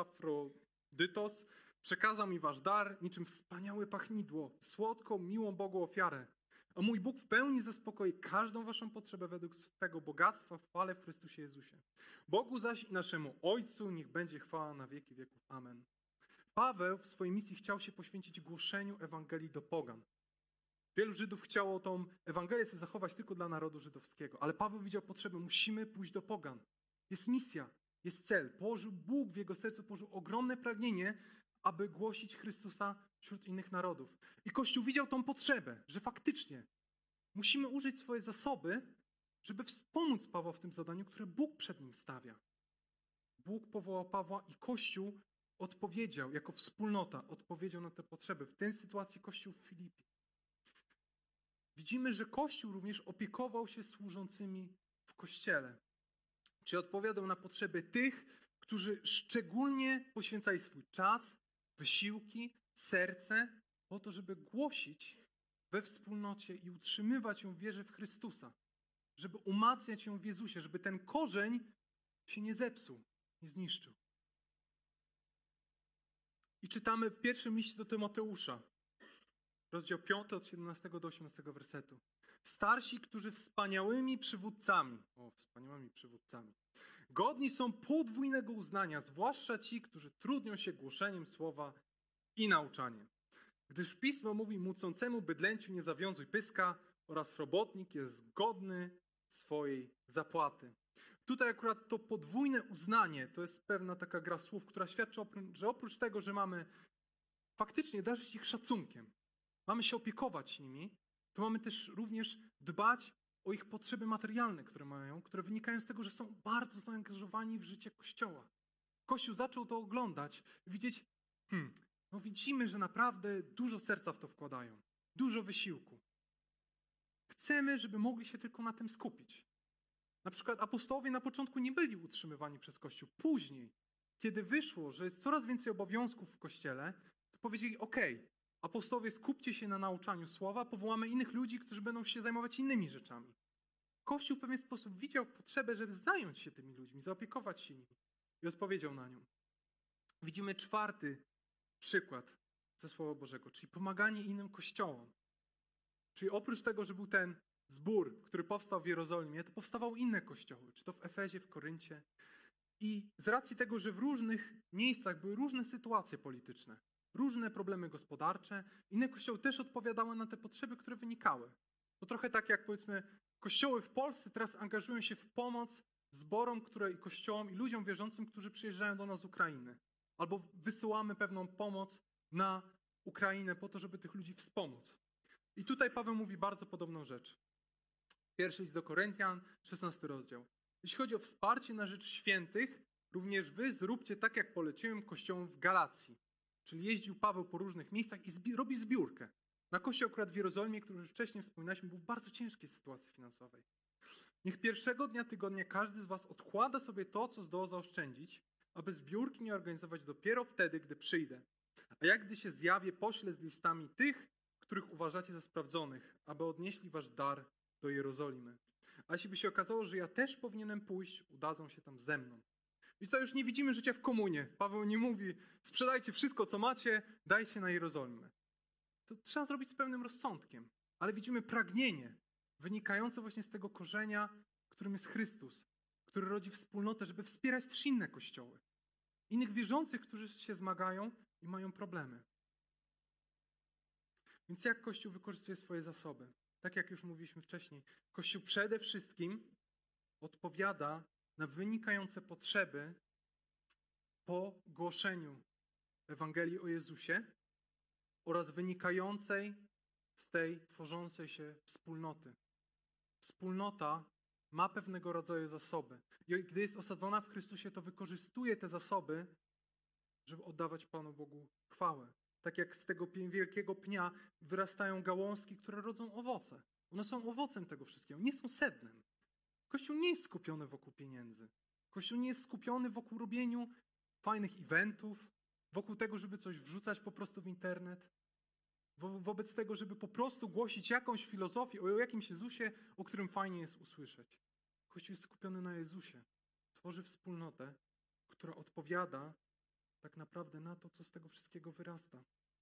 Epafrodytos przekazał mi wasz dar, niczym wspaniałe pachnidło, słodką, miłą Bogu ofiarę. A mój Bóg w pełni zaspokoi każdą waszą potrzebę według swego bogactwa w chwale w Chrystusie Jezusie. Bogu zaś i naszemu Ojcu niech będzie chwała na wieki wieków. Amen. Paweł w swojej misji chciał się poświęcić głoszeniu Ewangelii do pogan. Wielu Żydów chciało tą Ewangelię sobie zachować tylko dla narodu żydowskiego, ale Paweł widział potrzebę, musimy pójść do pogan. Jest misja, jest cel. Bóg w jego sercu położył ogromne pragnienie, aby głosić Chrystusa wśród innych narodów. I Kościół widział tą potrzebę, że faktycznie musimy użyć swoje zasoby, żeby wspomóc Pawła w tym zadaniu, które Bóg przed nim stawia. Bóg powołał Pawła i Kościół odpowiedział, jako wspólnota, odpowiedział na te potrzeby. W tej sytuacji Kościół w Filipi. Widzimy, że Kościół również opiekował się służącymi w Kościele. Czy odpowiadał na potrzeby tych, którzy szczególnie poświęcali swój czas, wysiłki, serce po to, żeby głosić we wspólnocie i utrzymywać ją w wierze w Chrystusa. Żeby umacniać ją w Jezusie, żeby ten korzeń się nie zepsuł, nie zniszczył. I czytamy w pierwszym liście do Tymoteusza, rozdział 5 od 17 do 18 wersetu. Starsi, którzy wspaniałymi przywódcami, Godni są podwójnego uznania, zwłaszcza ci, którzy trudnią się głoszeniem słowa i nauczaniem. Gdyż Pismo mówi, mucącemu bydlęciu nie zawiązuj pyska oraz robotnik jest godny swojej zapłaty. Tutaj akurat to podwójne uznanie to jest pewna taka gra słów, która świadczy, że oprócz tego, że mamy faktycznie darzyć ich szacunkiem, mamy się opiekować nimi, to mamy też również dbać o ich potrzeby materialne, które mają, które wynikają z tego, że są bardzo zaangażowani w życie Kościoła. Kościół zaczął to oglądać, widzieć, no widzimy, że naprawdę dużo serca w to wkładają, dużo wysiłku. Chcemy, żeby mogli się tylko na tym skupić. Na przykład apostołowie na początku nie byli utrzymywani przez Kościół. Później, kiedy wyszło, że jest coraz więcej obowiązków w Kościele, to powiedzieli, apostołowie, skupcie się na nauczaniu słowa, powołamy innych ludzi, którzy będą się zajmować innymi rzeczami. Kościół w pewien sposób widział potrzebę, żeby zająć się tymi ludźmi, zaopiekować się nimi i odpowiedział na nią. Widzimy 4. przykład ze Słowa Bożego, czyli pomaganie innym kościołom. Czyli oprócz tego, że był ten zbór, który powstał w Jerozolimie, to powstawały inne kościoły, czy to w Efezie, w Koryncie. I z racji tego, że w różnych miejscach były różne sytuacje polityczne, różne problemy gospodarcze, inne kościoły też odpowiadały na te potrzeby, które wynikały. To trochę tak jak, powiedzmy, kościoły w Polsce teraz angażują się w pomoc zborom, i kościołom, i ludziom wierzącym, którzy przyjeżdżają do nas z Ukrainy. Albo wysyłamy pewną pomoc na Ukrainę po to, żeby tych ludzi wspomóc. I tutaj Paweł mówi bardzo podobną rzecz. Pierwszy list do Koryntian, 16 rozdział. Jeśli chodzi o wsparcie na rzecz świętych, również wy zróbcie tak, jak poleciłem kościołom w Galacji. Czyli jeździł Paweł po różnych miejscach i robi zbiórkę. Na kościół akurat w Jerozolimie, który już wcześniej wspominaliśmy, był w bardzo ciężkiej sytuacji finansowej. Niech pierwszego dnia tygodnia każdy z was odkłada sobie to, co zdoła zaoszczędzić, aby zbiórki nie organizować dopiero wtedy, gdy przyjdę. A jak gdy się zjawię, poślę z listami tych, których uważacie za sprawdzonych, aby odnieśli wasz dar do Jerozolimy. A jeśli by się okazało, że ja też powinienem pójść, udadzą się tam ze mną. I tutaj już nie widzimy życia w komunie. Paweł nie mówi, sprzedajcie wszystko, co macie, dajcie na Jerozolimę. To trzeba zrobić z pewnym rozsądkiem. Ale widzimy pragnienie wynikające właśnie z tego korzenia, którym jest Chrystus, który rodzi wspólnotę, żeby wspierać też inne kościoły. Innych wierzących, którzy się zmagają i mają problemy. Więc jak Kościół wykorzystuje swoje zasoby? Tak jak już mówiliśmy wcześniej, Kościół przede wszystkim odpowiada na wynikające potrzeby po głoszeniu Ewangelii o Jezusie oraz wynikającej z tej tworzącej się wspólnoty. Wspólnota ma pewnego rodzaju zasoby. I gdy jest osadzona w Chrystusie, to wykorzystuje te zasoby, żeby oddawać Panu Bogu chwałę. Tak jak z tego wielkiego pnia wyrastają gałązki, które rodzą owoce. One są owocem tego wszystkiego, nie są sednem. Kościół nie jest skupiony wokół pieniędzy. Kościół nie jest skupiony wokół robieniu fajnych eventów, wokół tego, żeby coś wrzucać po prostu w internet, wobec tego, żeby po prostu głosić jakąś filozofię o jakimś Jezusie, o którym fajnie jest usłyszeć. Kościół jest skupiony na Jezusie. Tworzy wspólnotę, która odpowiada tak naprawdę na to, co z tego wszystkiego wyrasta.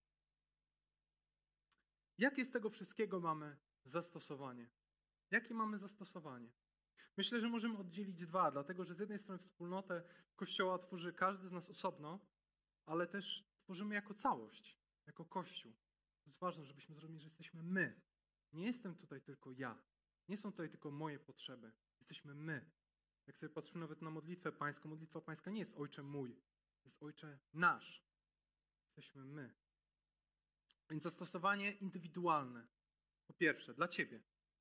Jakie z tego wszystkiego mamy zastosowanie? Jakie mamy zastosowanie? Myślę, że możemy oddzielić dwa, dlatego że z jednej strony wspólnotę Kościoła tworzy każdy z nas osobno, ale też tworzymy jako całość, jako Kościół. To jest ważne, żebyśmy zrozumieli, że jesteśmy my. Nie jestem tutaj tylko ja. Nie są tutaj tylko moje potrzeby. Jesteśmy my. Jak sobie patrzymy nawet na modlitwa pańska nie jest Ojcze mój, jest Ojcze nasz. Jesteśmy my. Więc zastosowanie indywidualne. Po pierwsze, dla ciebie.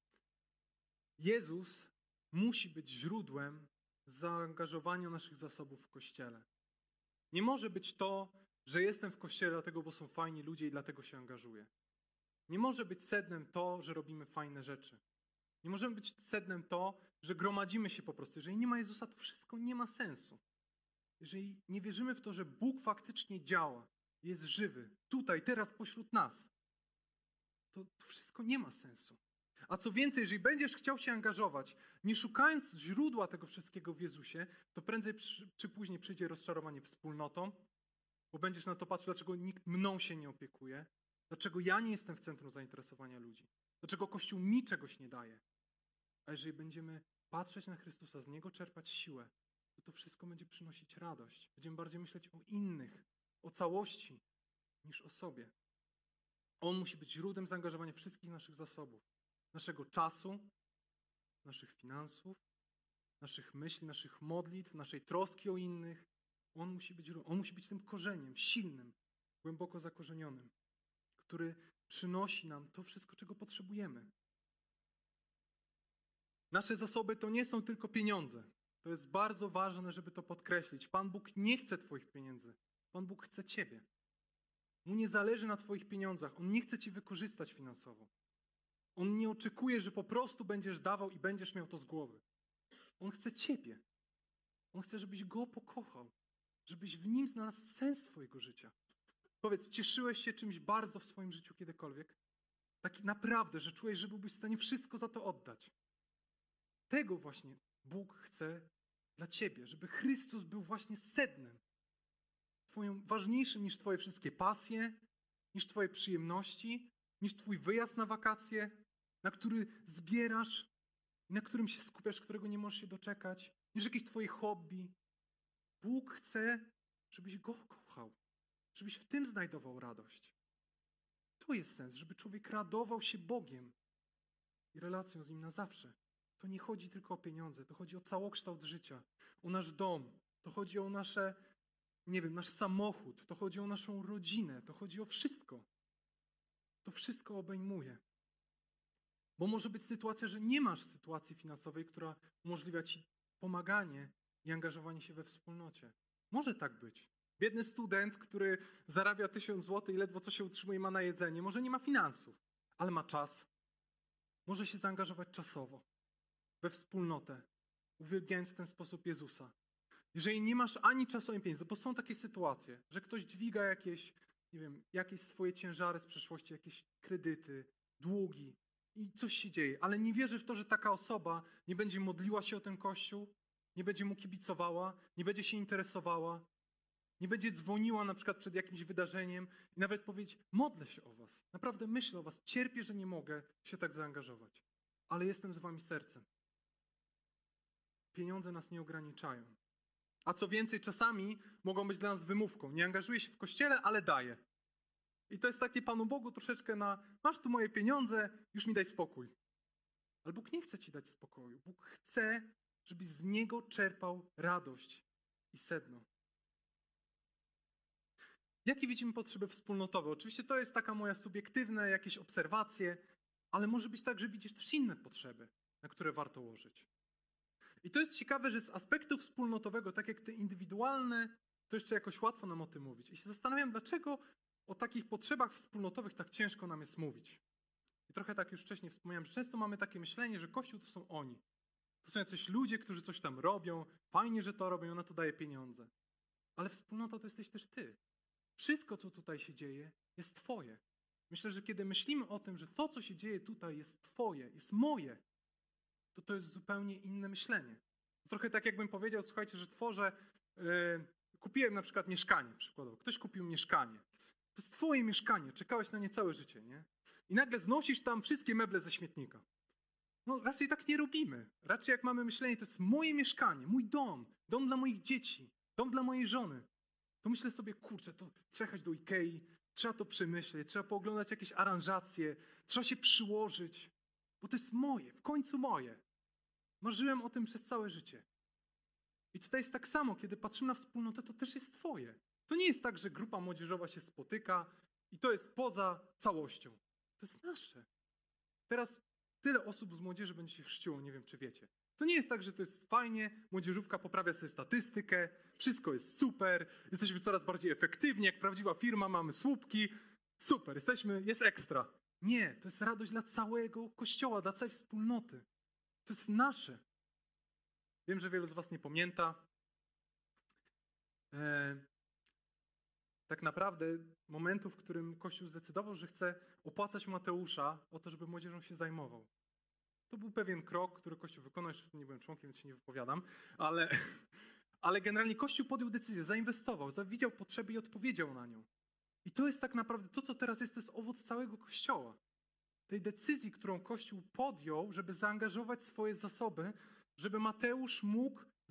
Jezus musi być źródłem zaangażowania naszych zasobów w Kościele. Nie może być to, że jestem w Kościele dlatego, bo są fajni ludzie i dlatego się angażuję. Nie może być sednem to, że robimy fajne rzeczy. Nie może być sednem to, że gromadzimy się po prostu. Jeżeli nie ma Jezusa, to wszystko nie ma sensu. Jeżeli nie wierzymy w to, że Bóg faktycznie działa, jest żywy, tutaj, teraz pośród nas, to wszystko nie ma sensu. A co więcej, jeżeli będziesz chciał się angażować, nie szukając źródła tego wszystkiego w Jezusie, to prędzej czy później przyjdzie rozczarowanie wspólnotą, bo będziesz na to patrzył, dlaczego nikt mną się nie opiekuje, dlaczego ja nie jestem w centrum zainteresowania ludzi, dlaczego Kościół mi czegoś nie daje. A jeżeli będziemy patrzeć na Chrystusa, z Niego czerpać siłę, to wszystko będzie przynosić radość. Będziemy bardziej myśleć o innych, o całości, niż o sobie. On musi być źródłem zaangażowania wszystkich naszych zasobów. Naszego czasu, naszych finansów, naszych myśli, naszych modlitw, naszej troski o innych. On musi być tym korzeniem, silnym, głęboko zakorzenionym, który przynosi nam to wszystko, czego potrzebujemy. Nasze zasoby to nie są tylko pieniądze. To jest bardzo ważne, żeby to podkreślić. Pan Bóg nie chce twoich pieniędzy. Pan Bóg chce ciebie. Mu nie zależy na twoich pieniądzach. On nie chce ci wykorzystać finansowo. On nie oczekuje, że po prostu będziesz dawał i będziesz miał to z głowy. On chce ciebie. On chce, żebyś Go pokochał. Żebyś w Nim znalazł sens swojego życia. Powiedz, cieszyłeś się czymś bardzo w swoim życiu kiedykolwiek? Tak naprawdę, że czułeś, że byłbyś w stanie wszystko za to oddać. Tego właśnie Bóg chce dla ciebie, żeby Chrystus był właśnie sednem. Ważniejszym niż twoje wszystkie pasje, niż twoje przyjemności, niż twój wyjazd na wakacje, na który zbierasz i na którym się skupiasz, którego nie możesz się doczekać, niż jakieś twoje hobby. Bóg chce, żebyś Go kochał, żebyś w tym znajdował radość. To jest sens, żeby człowiek radował się Bogiem i relacją z Nim na zawsze. To nie chodzi tylko o pieniądze, to chodzi o całokształt życia, o nasz dom, to chodzi o nasze, nasz samochód, to chodzi o naszą rodzinę, to chodzi o wszystko. To wszystko obejmuje. Bo może być sytuacja, że nie masz sytuacji finansowej, która umożliwia ci pomaganie i angażowanie się we wspólnocie. Może tak być. Biedny student, który zarabia 1000 zł i ledwo co się utrzymuje, ma na jedzenie, może nie ma finansów, ale ma czas. Może się zaangażować czasowo we wspólnotę, uwielbiając w ten sposób Jezusa. Jeżeli nie masz ani czasu, ani pieniędzy, bo są takie sytuacje, że ktoś dźwiga jakieś swoje ciężary z przeszłości, jakieś kredyty, długi i coś się dzieje, ale nie wierzy w to, że taka osoba nie będzie modliła się o ten Kościół, nie będzie mu kibicowała, nie będzie się interesowała, nie będzie dzwoniła na przykład przed jakimś wydarzeniem i nawet powiedzieć, modlę się o was, naprawdę myślę o was, cierpię, że nie mogę się tak zaangażować, ale jestem z wami sercem. Pieniądze nas nie ograniczają. A co więcej, czasami mogą być dla nas wymówką. Nie angażuję się w Kościele, ale daję. I to jest takie Panu Bogu troszeczkę masz tu moje pieniądze, już mi daj spokój. Ale Bóg nie chce ci dać spokoju. Bóg chce, żebyś z Niego czerpał radość i sedno. Jakie widzimy potrzeby wspólnotowe? Oczywiście to jest taka moja subiektywne jakieś obserwacje, ale może być tak, że widzisz też inne potrzeby, na które warto łożyć. I to jest ciekawe, że z aspektu wspólnotowego, tak jak te indywidualne, to jeszcze jakoś łatwo nam o tym mówić. I się zastanawiam, dlaczego o takich potrzebach wspólnotowych tak ciężko nam jest mówić. I trochę tak już wcześniej wspomniałem, że często mamy takie myślenie, że Kościół to są oni. To są jacyś ludzie, którzy coś tam robią, fajnie, że to robią, na to daje pieniądze. Ale wspólnota to jesteś też ty. Wszystko, co tutaj się dzieje, jest twoje. Myślę, że kiedy myślimy o tym, że to, co się dzieje tutaj jest twoje, jest moje, to jest zupełnie inne myślenie. Trochę tak jakbym powiedział, słuchajcie, że kupiłem na przykład mieszkanie, przykładowo. Ktoś kupił mieszkanie. To jest twoje mieszkanie, czekałeś na nie całe życie, nie? I nagle znosisz tam wszystkie meble ze śmietnika. No raczej tak nie robimy. Raczej jak mamy myślenie, to jest moje mieszkanie, mój dom, dom dla moich dzieci, dom dla mojej żony. To myślę sobie, kurczę, to trzeba jechać do Ikei, trzeba to przemyśleć, trzeba pooglądać jakieś aranżacje, trzeba się przyłożyć, bo to jest moje, w końcu moje. Marzyłem o tym przez całe życie. I tutaj jest tak samo, kiedy patrzymy na wspólnotę, to też jest twoje. To nie jest tak, że grupa młodzieżowa się spotyka i to jest poza całością. To jest nasze. Teraz tyle osób z młodzieży będzie się chrzciło, nie wiem czy wiecie. To nie jest tak, że to jest fajnie, młodzieżówka poprawia sobie statystykę, wszystko jest super, jesteśmy coraz bardziej efektywni, jak prawdziwa firma, mamy słupki, super, jest ekstra. Nie, to jest radość dla całego Kościoła, dla całej wspólnoty. To jest nasze. Wiem, że wielu z was nie pamięta. Tak naprawdę momentu, w którym Kościół zdecydował, że chce opłacać Mateusza o to, żeby młodzieżą się zajmował. To był pewien krok, który Kościół wykonał, jeszcze wtedy nie byłem członkiem, więc się nie wypowiadam, ale generalnie Kościół podjął decyzję, zainwestował, widział potrzeby i odpowiedział na nią. I to jest tak naprawdę to, co teraz jest, to jest owoc całego Kościoła. Tej decyzji, którą Kościół podjął, żeby zaangażować swoje zasoby, żeby Mateusz mógł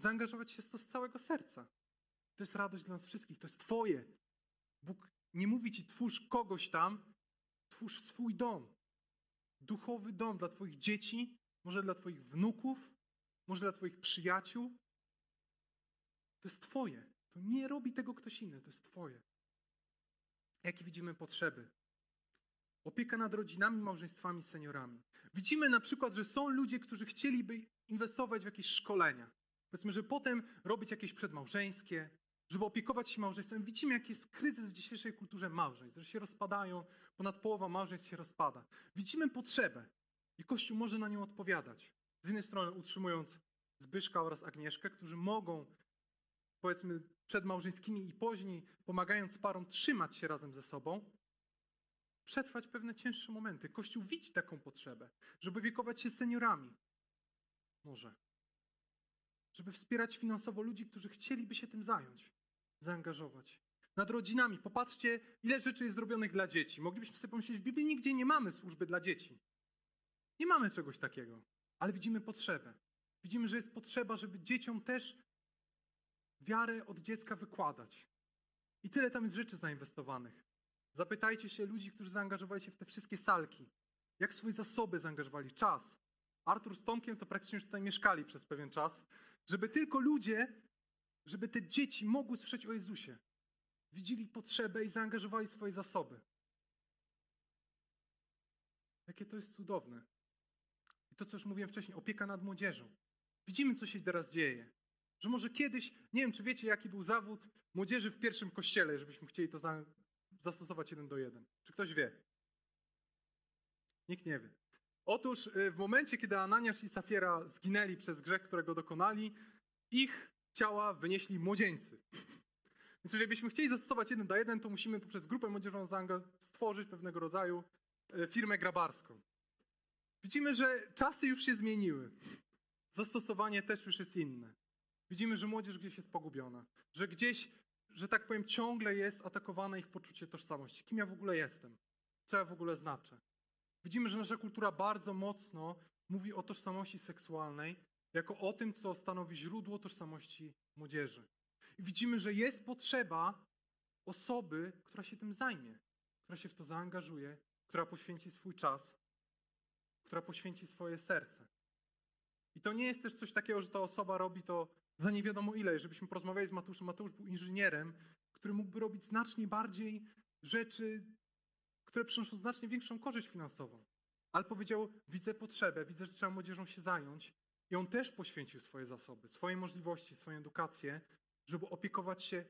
zaangażować się w to z całego serca. To jest radość dla nas wszystkich, to jest twoje. Bóg nie mówi ci twórz kogoś tam, twórz swój dom. Duchowy dom dla twoich dzieci, może dla twoich wnuków, może dla twoich przyjaciół. To jest twoje. To nie robi tego ktoś inny, to jest twoje. Jakie widzimy potrzeby? Opieka nad rodzinami, małżeństwami, seniorami. Widzimy na przykład, że są ludzie, którzy chcieliby inwestować w jakieś szkolenia. Powiedzmy, że potem robić jakieś przedmałżeńskie, żeby opiekować się małżeństwem. Widzimy, jaki jest kryzys w dzisiejszej kulturze małżeństw, że się rozpadają, ponad połowa małżeństw się rozpada. Widzimy potrzebę i Kościół może na nią odpowiadać. Z jednej strony utrzymując Zbyszka oraz Agnieszkę, którzy mogą, powiedzmy, przed małżeńskimi i później, pomagając parom trzymać się razem ze sobą, przetrwać pewne cięższe momenty. Kościół widzi taką potrzebę, żeby opiekować się seniorami. Może. Żeby wspierać finansowo ludzi, którzy chcieliby się tym zająć, zaangażować. Nad rodzinami. Popatrzcie, ile rzeczy jest zrobionych dla dzieci. Moglibyśmy sobie pomyśleć, w Biblii nigdzie nie mamy służby dla dzieci. Nie mamy czegoś takiego. Ale widzimy potrzebę. Widzimy, że jest potrzeba, żeby dzieciom też wiarę od dziecka wykładać. I tyle tam jest rzeczy zainwestowanych. Zapytajcie się ludzi, którzy zaangażowali się w te wszystkie salki. Jak swoje zasoby zaangażowali, czas. Artur z Tomkiem to praktycznie już tutaj mieszkali przez pewien czas, żeby tylko ludzie, żeby te dzieci mogły słyszeć o Jezusie. Widzieli potrzebę i zaangażowali swoje zasoby. Jakie to jest cudowne. I to, co już mówiłem wcześniej, opieka nad młodzieżą. Widzimy, co się teraz dzieje. Że może kiedyś, nie wiem, czy wiecie, jaki był zawód młodzieży w pierwszym kościele, żebyśmy chcieli to zastosować 1:1. Czy ktoś wie? Nikt nie wie. Otóż w momencie, kiedy Ananiasz i Safiera zginęli przez grzech, którego dokonali, ich ciała wynieśli młodzieńcy. Więc jeżeli byśmy chcieli zastosować 1:1, to musimy poprzez grupę młodzieżową stworzyć pewnego rodzaju firmę grabarską. Widzimy, że czasy już się zmieniły. Zastosowanie też już jest inne. Widzimy, że młodzież gdzieś jest pogubiona. Że gdzieś, że tak powiem, ciągle jest atakowane ich poczucie tożsamości. Kim ja w ogóle jestem? Co ja w ogóle znaczę? Widzimy, że nasza kultura bardzo mocno mówi o tożsamości seksualnej jako o tym, co stanowi źródło tożsamości młodzieży. I widzimy, że jest potrzeba osoby, która się tym zajmie, która się w to zaangażuje, która poświęci swój czas, która poświęci swoje serce. I to nie jest też coś takiego, że ta osoba robi to za nie wiadomo ile. Żebyśmy porozmawiali z Mateuszem. Mateusz był inżynierem, który mógłby robić znacznie bardziej rzeczy, które przynoszą znacznie większą korzyść finansową. Ale powiedział, widzę potrzebę, widzę, że trzeba młodzieżą się zająć. I on też poświęcił swoje zasoby, swoje możliwości, swoją edukację, żeby opiekować się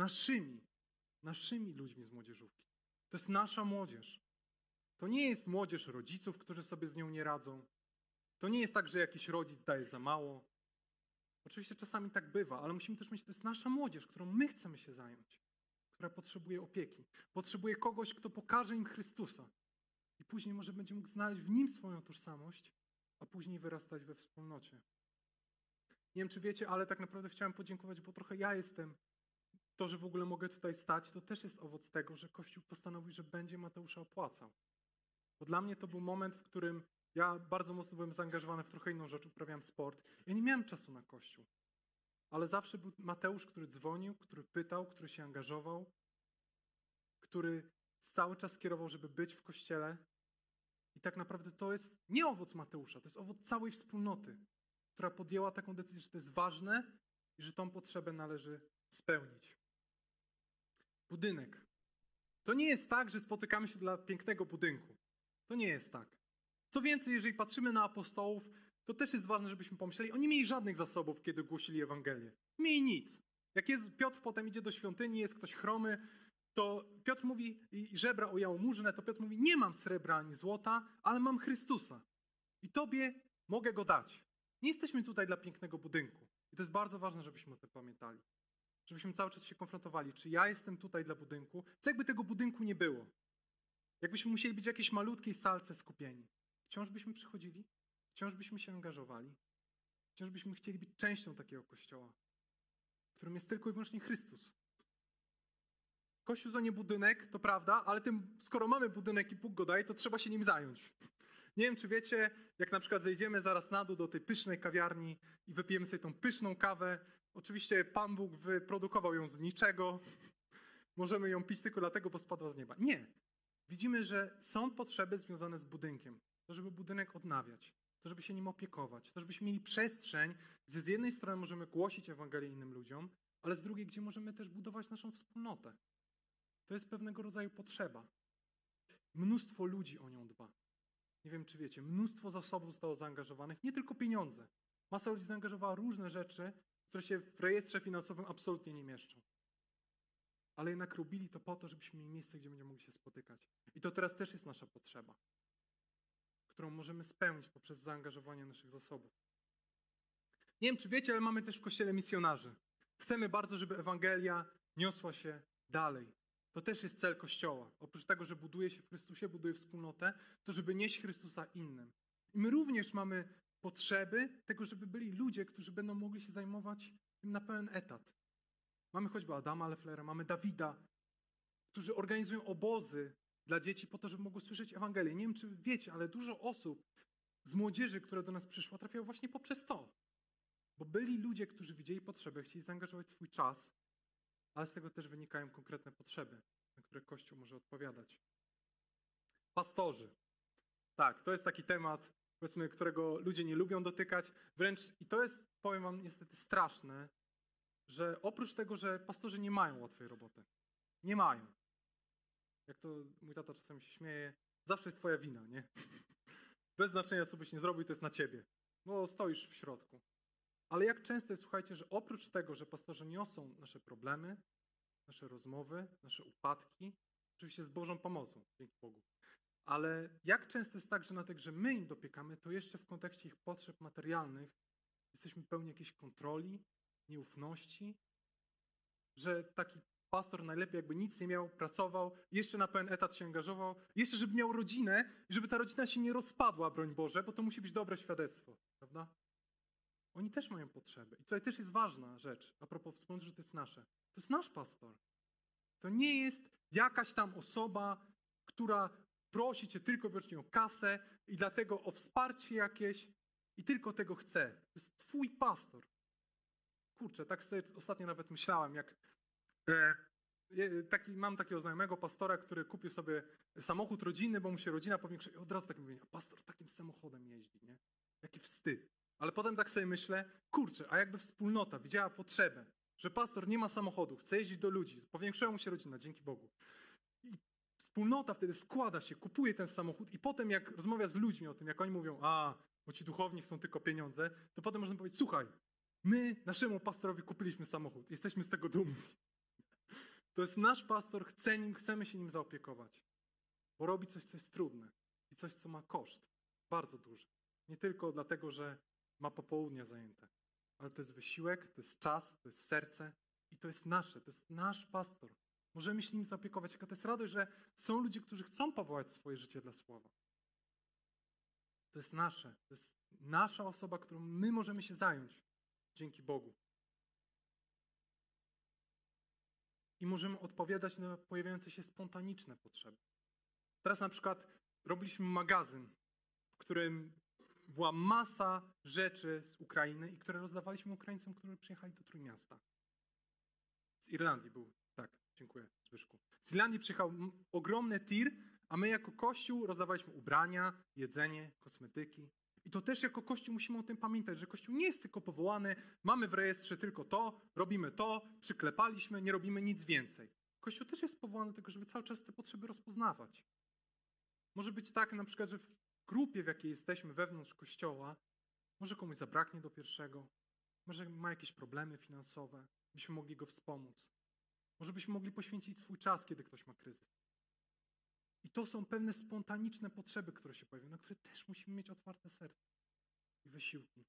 naszymi ludźmi z młodzieżówki. To jest nasza młodzież. To nie jest młodzież rodziców, którzy sobie z nią nie radzą. To nie jest tak, że jakiś rodzic daje za mało. Oczywiście czasami tak bywa, ale musimy też myśleć, to jest nasza młodzież, którą my chcemy się zająć, która potrzebuje opieki. Potrzebuje kogoś, kto pokaże im Chrystusa. I później może będzie mógł znaleźć w nim swoją tożsamość, a później wyrastać we wspólnocie. Nie wiem, czy wiecie, ale tak naprawdę chciałem podziękować, bo trochę ja jestem. To, że w ogóle mogę tutaj stać, to też jest owoc tego, że Kościół postanowił, że będzie Mateusza opłacał. Bo dla mnie to był moment, w którym ja bardzo mocno byłem zaangażowany w trochę inną rzecz, uprawiałem sport. Ja nie miałem czasu na Kościół. Ale zawsze był Mateusz, który dzwonił, który pytał, który się angażował, który cały czas kierował, żeby być w Kościele. I tak naprawdę to jest nie owoc Mateusza, to jest owoc całej wspólnoty, która podjęła taką decyzję, że to jest ważne i że tą potrzebę należy spełnić. Budynek. To nie jest tak, że spotykamy się dla pięknego budynku. To nie jest tak. Co więcej, jeżeli patrzymy na apostołów, to też jest ważne, żebyśmy pomyśleli, oni nie mieli żadnych zasobów, kiedy głosili Ewangelię. Nie mieli nic. Jak Piotr potem idzie do świątyni, jest ktoś chromy, to Piotr mówi i żebra o jałmużnę, to Piotr mówi, nie mam srebra ani złota, ale mam Chrystusa. I tobie mogę go dać. Nie jesteśmy tutaj dla pięknego budynku. I to jest bardzo ważne, żebyśmy o tym pamiętali. Żebyśmy cały czas się konfrontowali, czy ja jestem tutaj dla budynku, co jakby tego budynku nie było. Jakbyśmy musieli być w jakiejś malutkiej salce skupieni. Wciąż byśmy przychodzili, wciąż byśmy się angażowali, wciąż byśmy chcieli być częścią takiego Kościoła, w którym jest tylko i wyłącznie Chrystus. Kościół to nie budynek, to prawda, ale skoro mamy budynek i Bóg go daje, to trzeba się nim zająć. Nie wiem, czy wiecie, jak na przykład zejdziemy zaraz na dół do tej pysznej kawiarni i wypijemy sobie tą pyszną kawę. Oczywiście Pan Bóg wyprodukował ją z niczego. Możemy ją pić tylko dlatego, bo spadła z nieba. Nie. Widzimy, że są potrzeby związane z budynkiem. To, żeby budynek odnawiać. To, żeby się nim opiekować. To, żebyśmy mieli przestrzeń, gdzie z jednej strony możemy głosić Ewangelię innym ludziom, ale z drugiej, gdzie możemy też budować naszą wspólnotę. To jest pewnego rodzaju potrzeba. Mnóstwo ludzi o nią dba. Nie wiem, czy wiecie, mnóstwo zasobów zostało zaangażowanych, nie tylko pieniądze. Masa ludzi zaangażowała różne rzeczy, które się w rejestrze finansowym absolutnie nie mieszczą. Ale jednak robili to po to, żebyśmy mieli miejsce, gdzie będziemy mogli się spotykać. I to teraz też jest nasza potrzeba, którą możemy spełnić poprzez zaangażowanie naszych zasobów. Nie wiem, czy wiecie, ale mamy też w Kościele misjonarzy. Chcemy bardzo, żeby Ewangelia niosła się dalej. To też jest cel Kościoła. Oprócz tego, że buduje się w Chrystusie, buduje wspólnotę, to żeby nieść Chrystusa innym. I my również mamy potrzeby tego, żeby byli ludzie, którzy będą mogli się zajmować tym na pełen etat. Mamy choćby Adama Lefflera, mamy Dawida, którzy organizują obozy dla dzieci po to, żeby mogły słyszeć Ewangelię. Nie wiem, czy wiecie, ale dużo osób z młodzieży, która do nas przyszła, trafiało właśnie poprzez to. Bo byli ludzie, którzy widzieli potrzebę, chcieli zaangażować swój czas, ale z tego też wynikają konkretne potrzeby, na które Kościół może odpowiadać. Pastorzy. Tak, to jest taki temat, powiedzmy, którego ludzie nie lubią dotykać. Wręcz, i to jest, powiem wam, niestety straszne, że oprócz tego, że pastorzy nie mają łatwej roboty. Nie mają. Jak to mój tata czasami się śmieje, zawsze jest twoja wina, nie? Bez znaczenia, co byś nie zrobił, to jest na ciebie. No, stoisz w środku. Ale jak często jest, słuchajcie, że oprócz tego, że pastorzy niosą nasze problemy, nasze rozmowy, nasze upadki, oczywiście z Bożą pomocą, dzięki Bogu, ale jak często jest tak, że na to, że my im dopiekamy, to jeszcze w kontekście ich potrzeb materialnych jesteśmy pełni jakiejś kontroli, nieufności, że taki pastor najlepiej jakby nic nie miał, pracował, jeszcze na pełen etat się angażował, jeszcze żeby miał rodzinę i żeby ta rodzina się nie rozpadła, broń Boże, bo to musi być dobre świadectwo, prawda? Oni też mają potrzeby. I tutaj też jest ważna rzecz, a propos wspólnoty, że to jest nasze. To jest nasz pastor. To nie jest jakaś tam osoba, która prosi cię tylko i wyłącznie o kasę i dlatego o wsparcie jakieś i tylko tego chce. To jest twój pastor. Kurczę, tak sobie ostatnio nawet myślałem, jak mam takiego znajomego pastora, który kupił sobie samochód rodzinny, bo mu się rodzina powiększa i od razu tak mówi, a pastor takim samochodem jeździ, nie? Jaki wstyd. Ale potem tak sobie myślę, kurczę, a jakby wspólnota widziała potrzebę, że pastor nie ma samochodu, chce jeździć do ludzi, powiększyła mu się rodzina, dzięki Bogu. I wspólnota wtedy składa się, kupuje ten samochód i potem jak rozmawia z ludźmi o tym, jak oni mówią, bo ci duchowni chcą tylko pieniądze, to potem można powiedzieć, słuchaj, my naszemu pastorowi kupiliśmy samochód, jesteśmy z tego dumni. To jest nasz pastor, chcemy się nim zaopiekować, bo robi coś, co jest trudne i coś, co ma koszt, bardzo duży. Nie tylko dlatego, że ma popołudnia zajęte, ale to jest wysiłek, to jest czas, to jest serce i to jest nasze, to jest nasz pastor. Możemy się nim zaopiekować. Jaka to jest radość, że są ludzie, którzy chcą powołać swoje życie dla słowa. To jest nasze, to jest nasza osoba, którą my możemy się zająć dzięki Bogu. I możemy odpowiadać na pojawiające się spontaniczne potrzeby. Teraz na przykład robiliśmy magazyn, w którym była masa rzeczy z Ukrainy i które rozdawaliśmy Ukraińcom, którzy przyjechali do Trójmiasta. Z Irlandii był, tak, dziękuję Zbyszku. Z Irlandii przyjechał ogromny tir, a my jako Kościół rozdawaliśmy ubrania, jedzenie, kosmetyki. I to też jako Kościół musimy o tym pamiętać, że Kościół nie jest tylko powołany, mamy w rejestrze tylko to, robimy to, przyklepaliśmy, nie robimy nic więcej. Kościół też jest powołany do tego, żeby cały czas te potrzeby rozpoznawać. Może być tak na przykład, że w grupie, w jakiej jesteśmy wewnątrz Kościoła, może komuś zabraknie do pierwszego, może ma jakieś problemy finansowe, byśmy mogli go wspomóc. Może byśmy mogli poświęcić swój czas, kiedy ktoś ma kryzys. I to są pewne spontaniczne potrzeby, które się pojawią, na które też musimy mieć otwarte serce i wysiłki.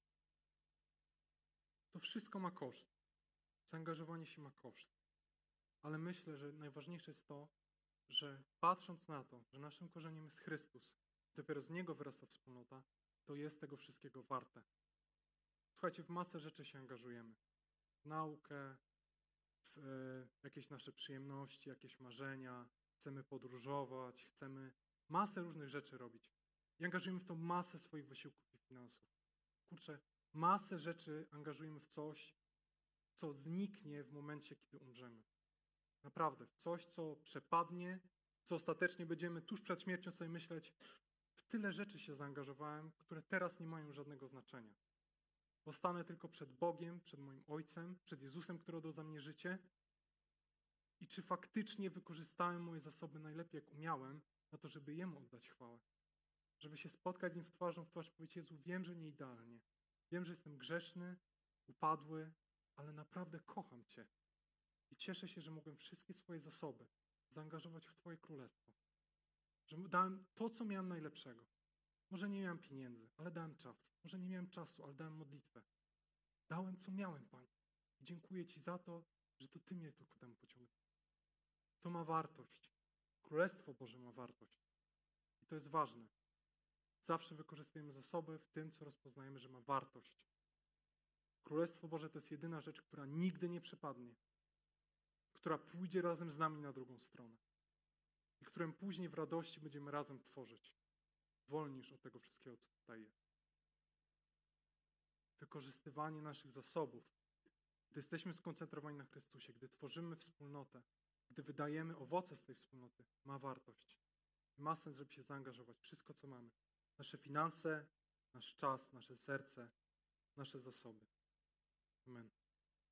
To wszystko ma koszt. Zaangażowanie się ma koszt. Ale myślę, że najważniejsze jest to, że patrząc na to, że naszym korzeniem jest Chrystus, dopiero z Niego wyrasta wspólnota, to jest tego wszystkiego warte. Słuchajcie, w masę rzeczy się angażujemy. W naukę, w jakieś nasze przyjemności, jakieś marzenia, chcemy podróżować, chcemy masę różnych rzeczy robić. I angażujemy w to masę swoich wysiłków i finansów. Kurczę, masę rzeczy angażujemy w coś, co zniknie w momencie, kiedy umrzemy. Naprawdę, w coś, co przepadnie, co ostatecznie będziemy tuż przed śmiercią sobie myśleć, w tyle rzeczy się zaangażowałem, które teraz nie mają żadnego znaczenia. Bo stanę tylko przed Bogiem, przed moim Ojcem, przed Jezusem, który oddał za mnie życie. I czy faktycznie wykorzystałem moje zasoby najlepiej, jak umiałem, na to, żeby Jemu oddać chwałę. Żeby się spotkać z Nim twarzą w twarz i powiedzieć: Jezu, wiem, że nie idealnie. Wiem, że jestem grzeszny, upadły, ale naprawdę kocham Cię. I cieszę się, że mogłem wszystkie swoje zasoby zaangażować w Twoje królestwo. Że dałem to, co miałem najlepszego. Może nie miałem pieniędzy, ale dałem czas. Może nie miałem czasu, ale dałem modlitwę. Dałem, co miałem, Panie. I dziękuję Ci za to, że to Ty mnie tu ku temu pociągnąłeś. To ma wartość. Królestwo Boże ma wartość. I to jest ważne. Zawsze wykorzystujemy zasoby w tym, co rozpoznajemy, że ma wartość. Królestwo Boże to jest jedyna rzecz, która nigdy nie przepadnie. Która pójdzie razem z nami na drugą stronę. I którą później w radości będziemy razem tworzyć. Wolni niż od tego wszystkiego, co tutaj jest. Wykorzystywanie naszych zasobów, gdy jesteśmy skoncentrowani na Chrystusie, gdy tworzymy wspólnotę, gdy wydajemy owoce z tej wspólnoty, ma wartość. Ma sens, żeby się zaangażować. Wszystko, co mamy. Nasze finanse, nasz czas, nasze serce, nasze zasoby. Amen.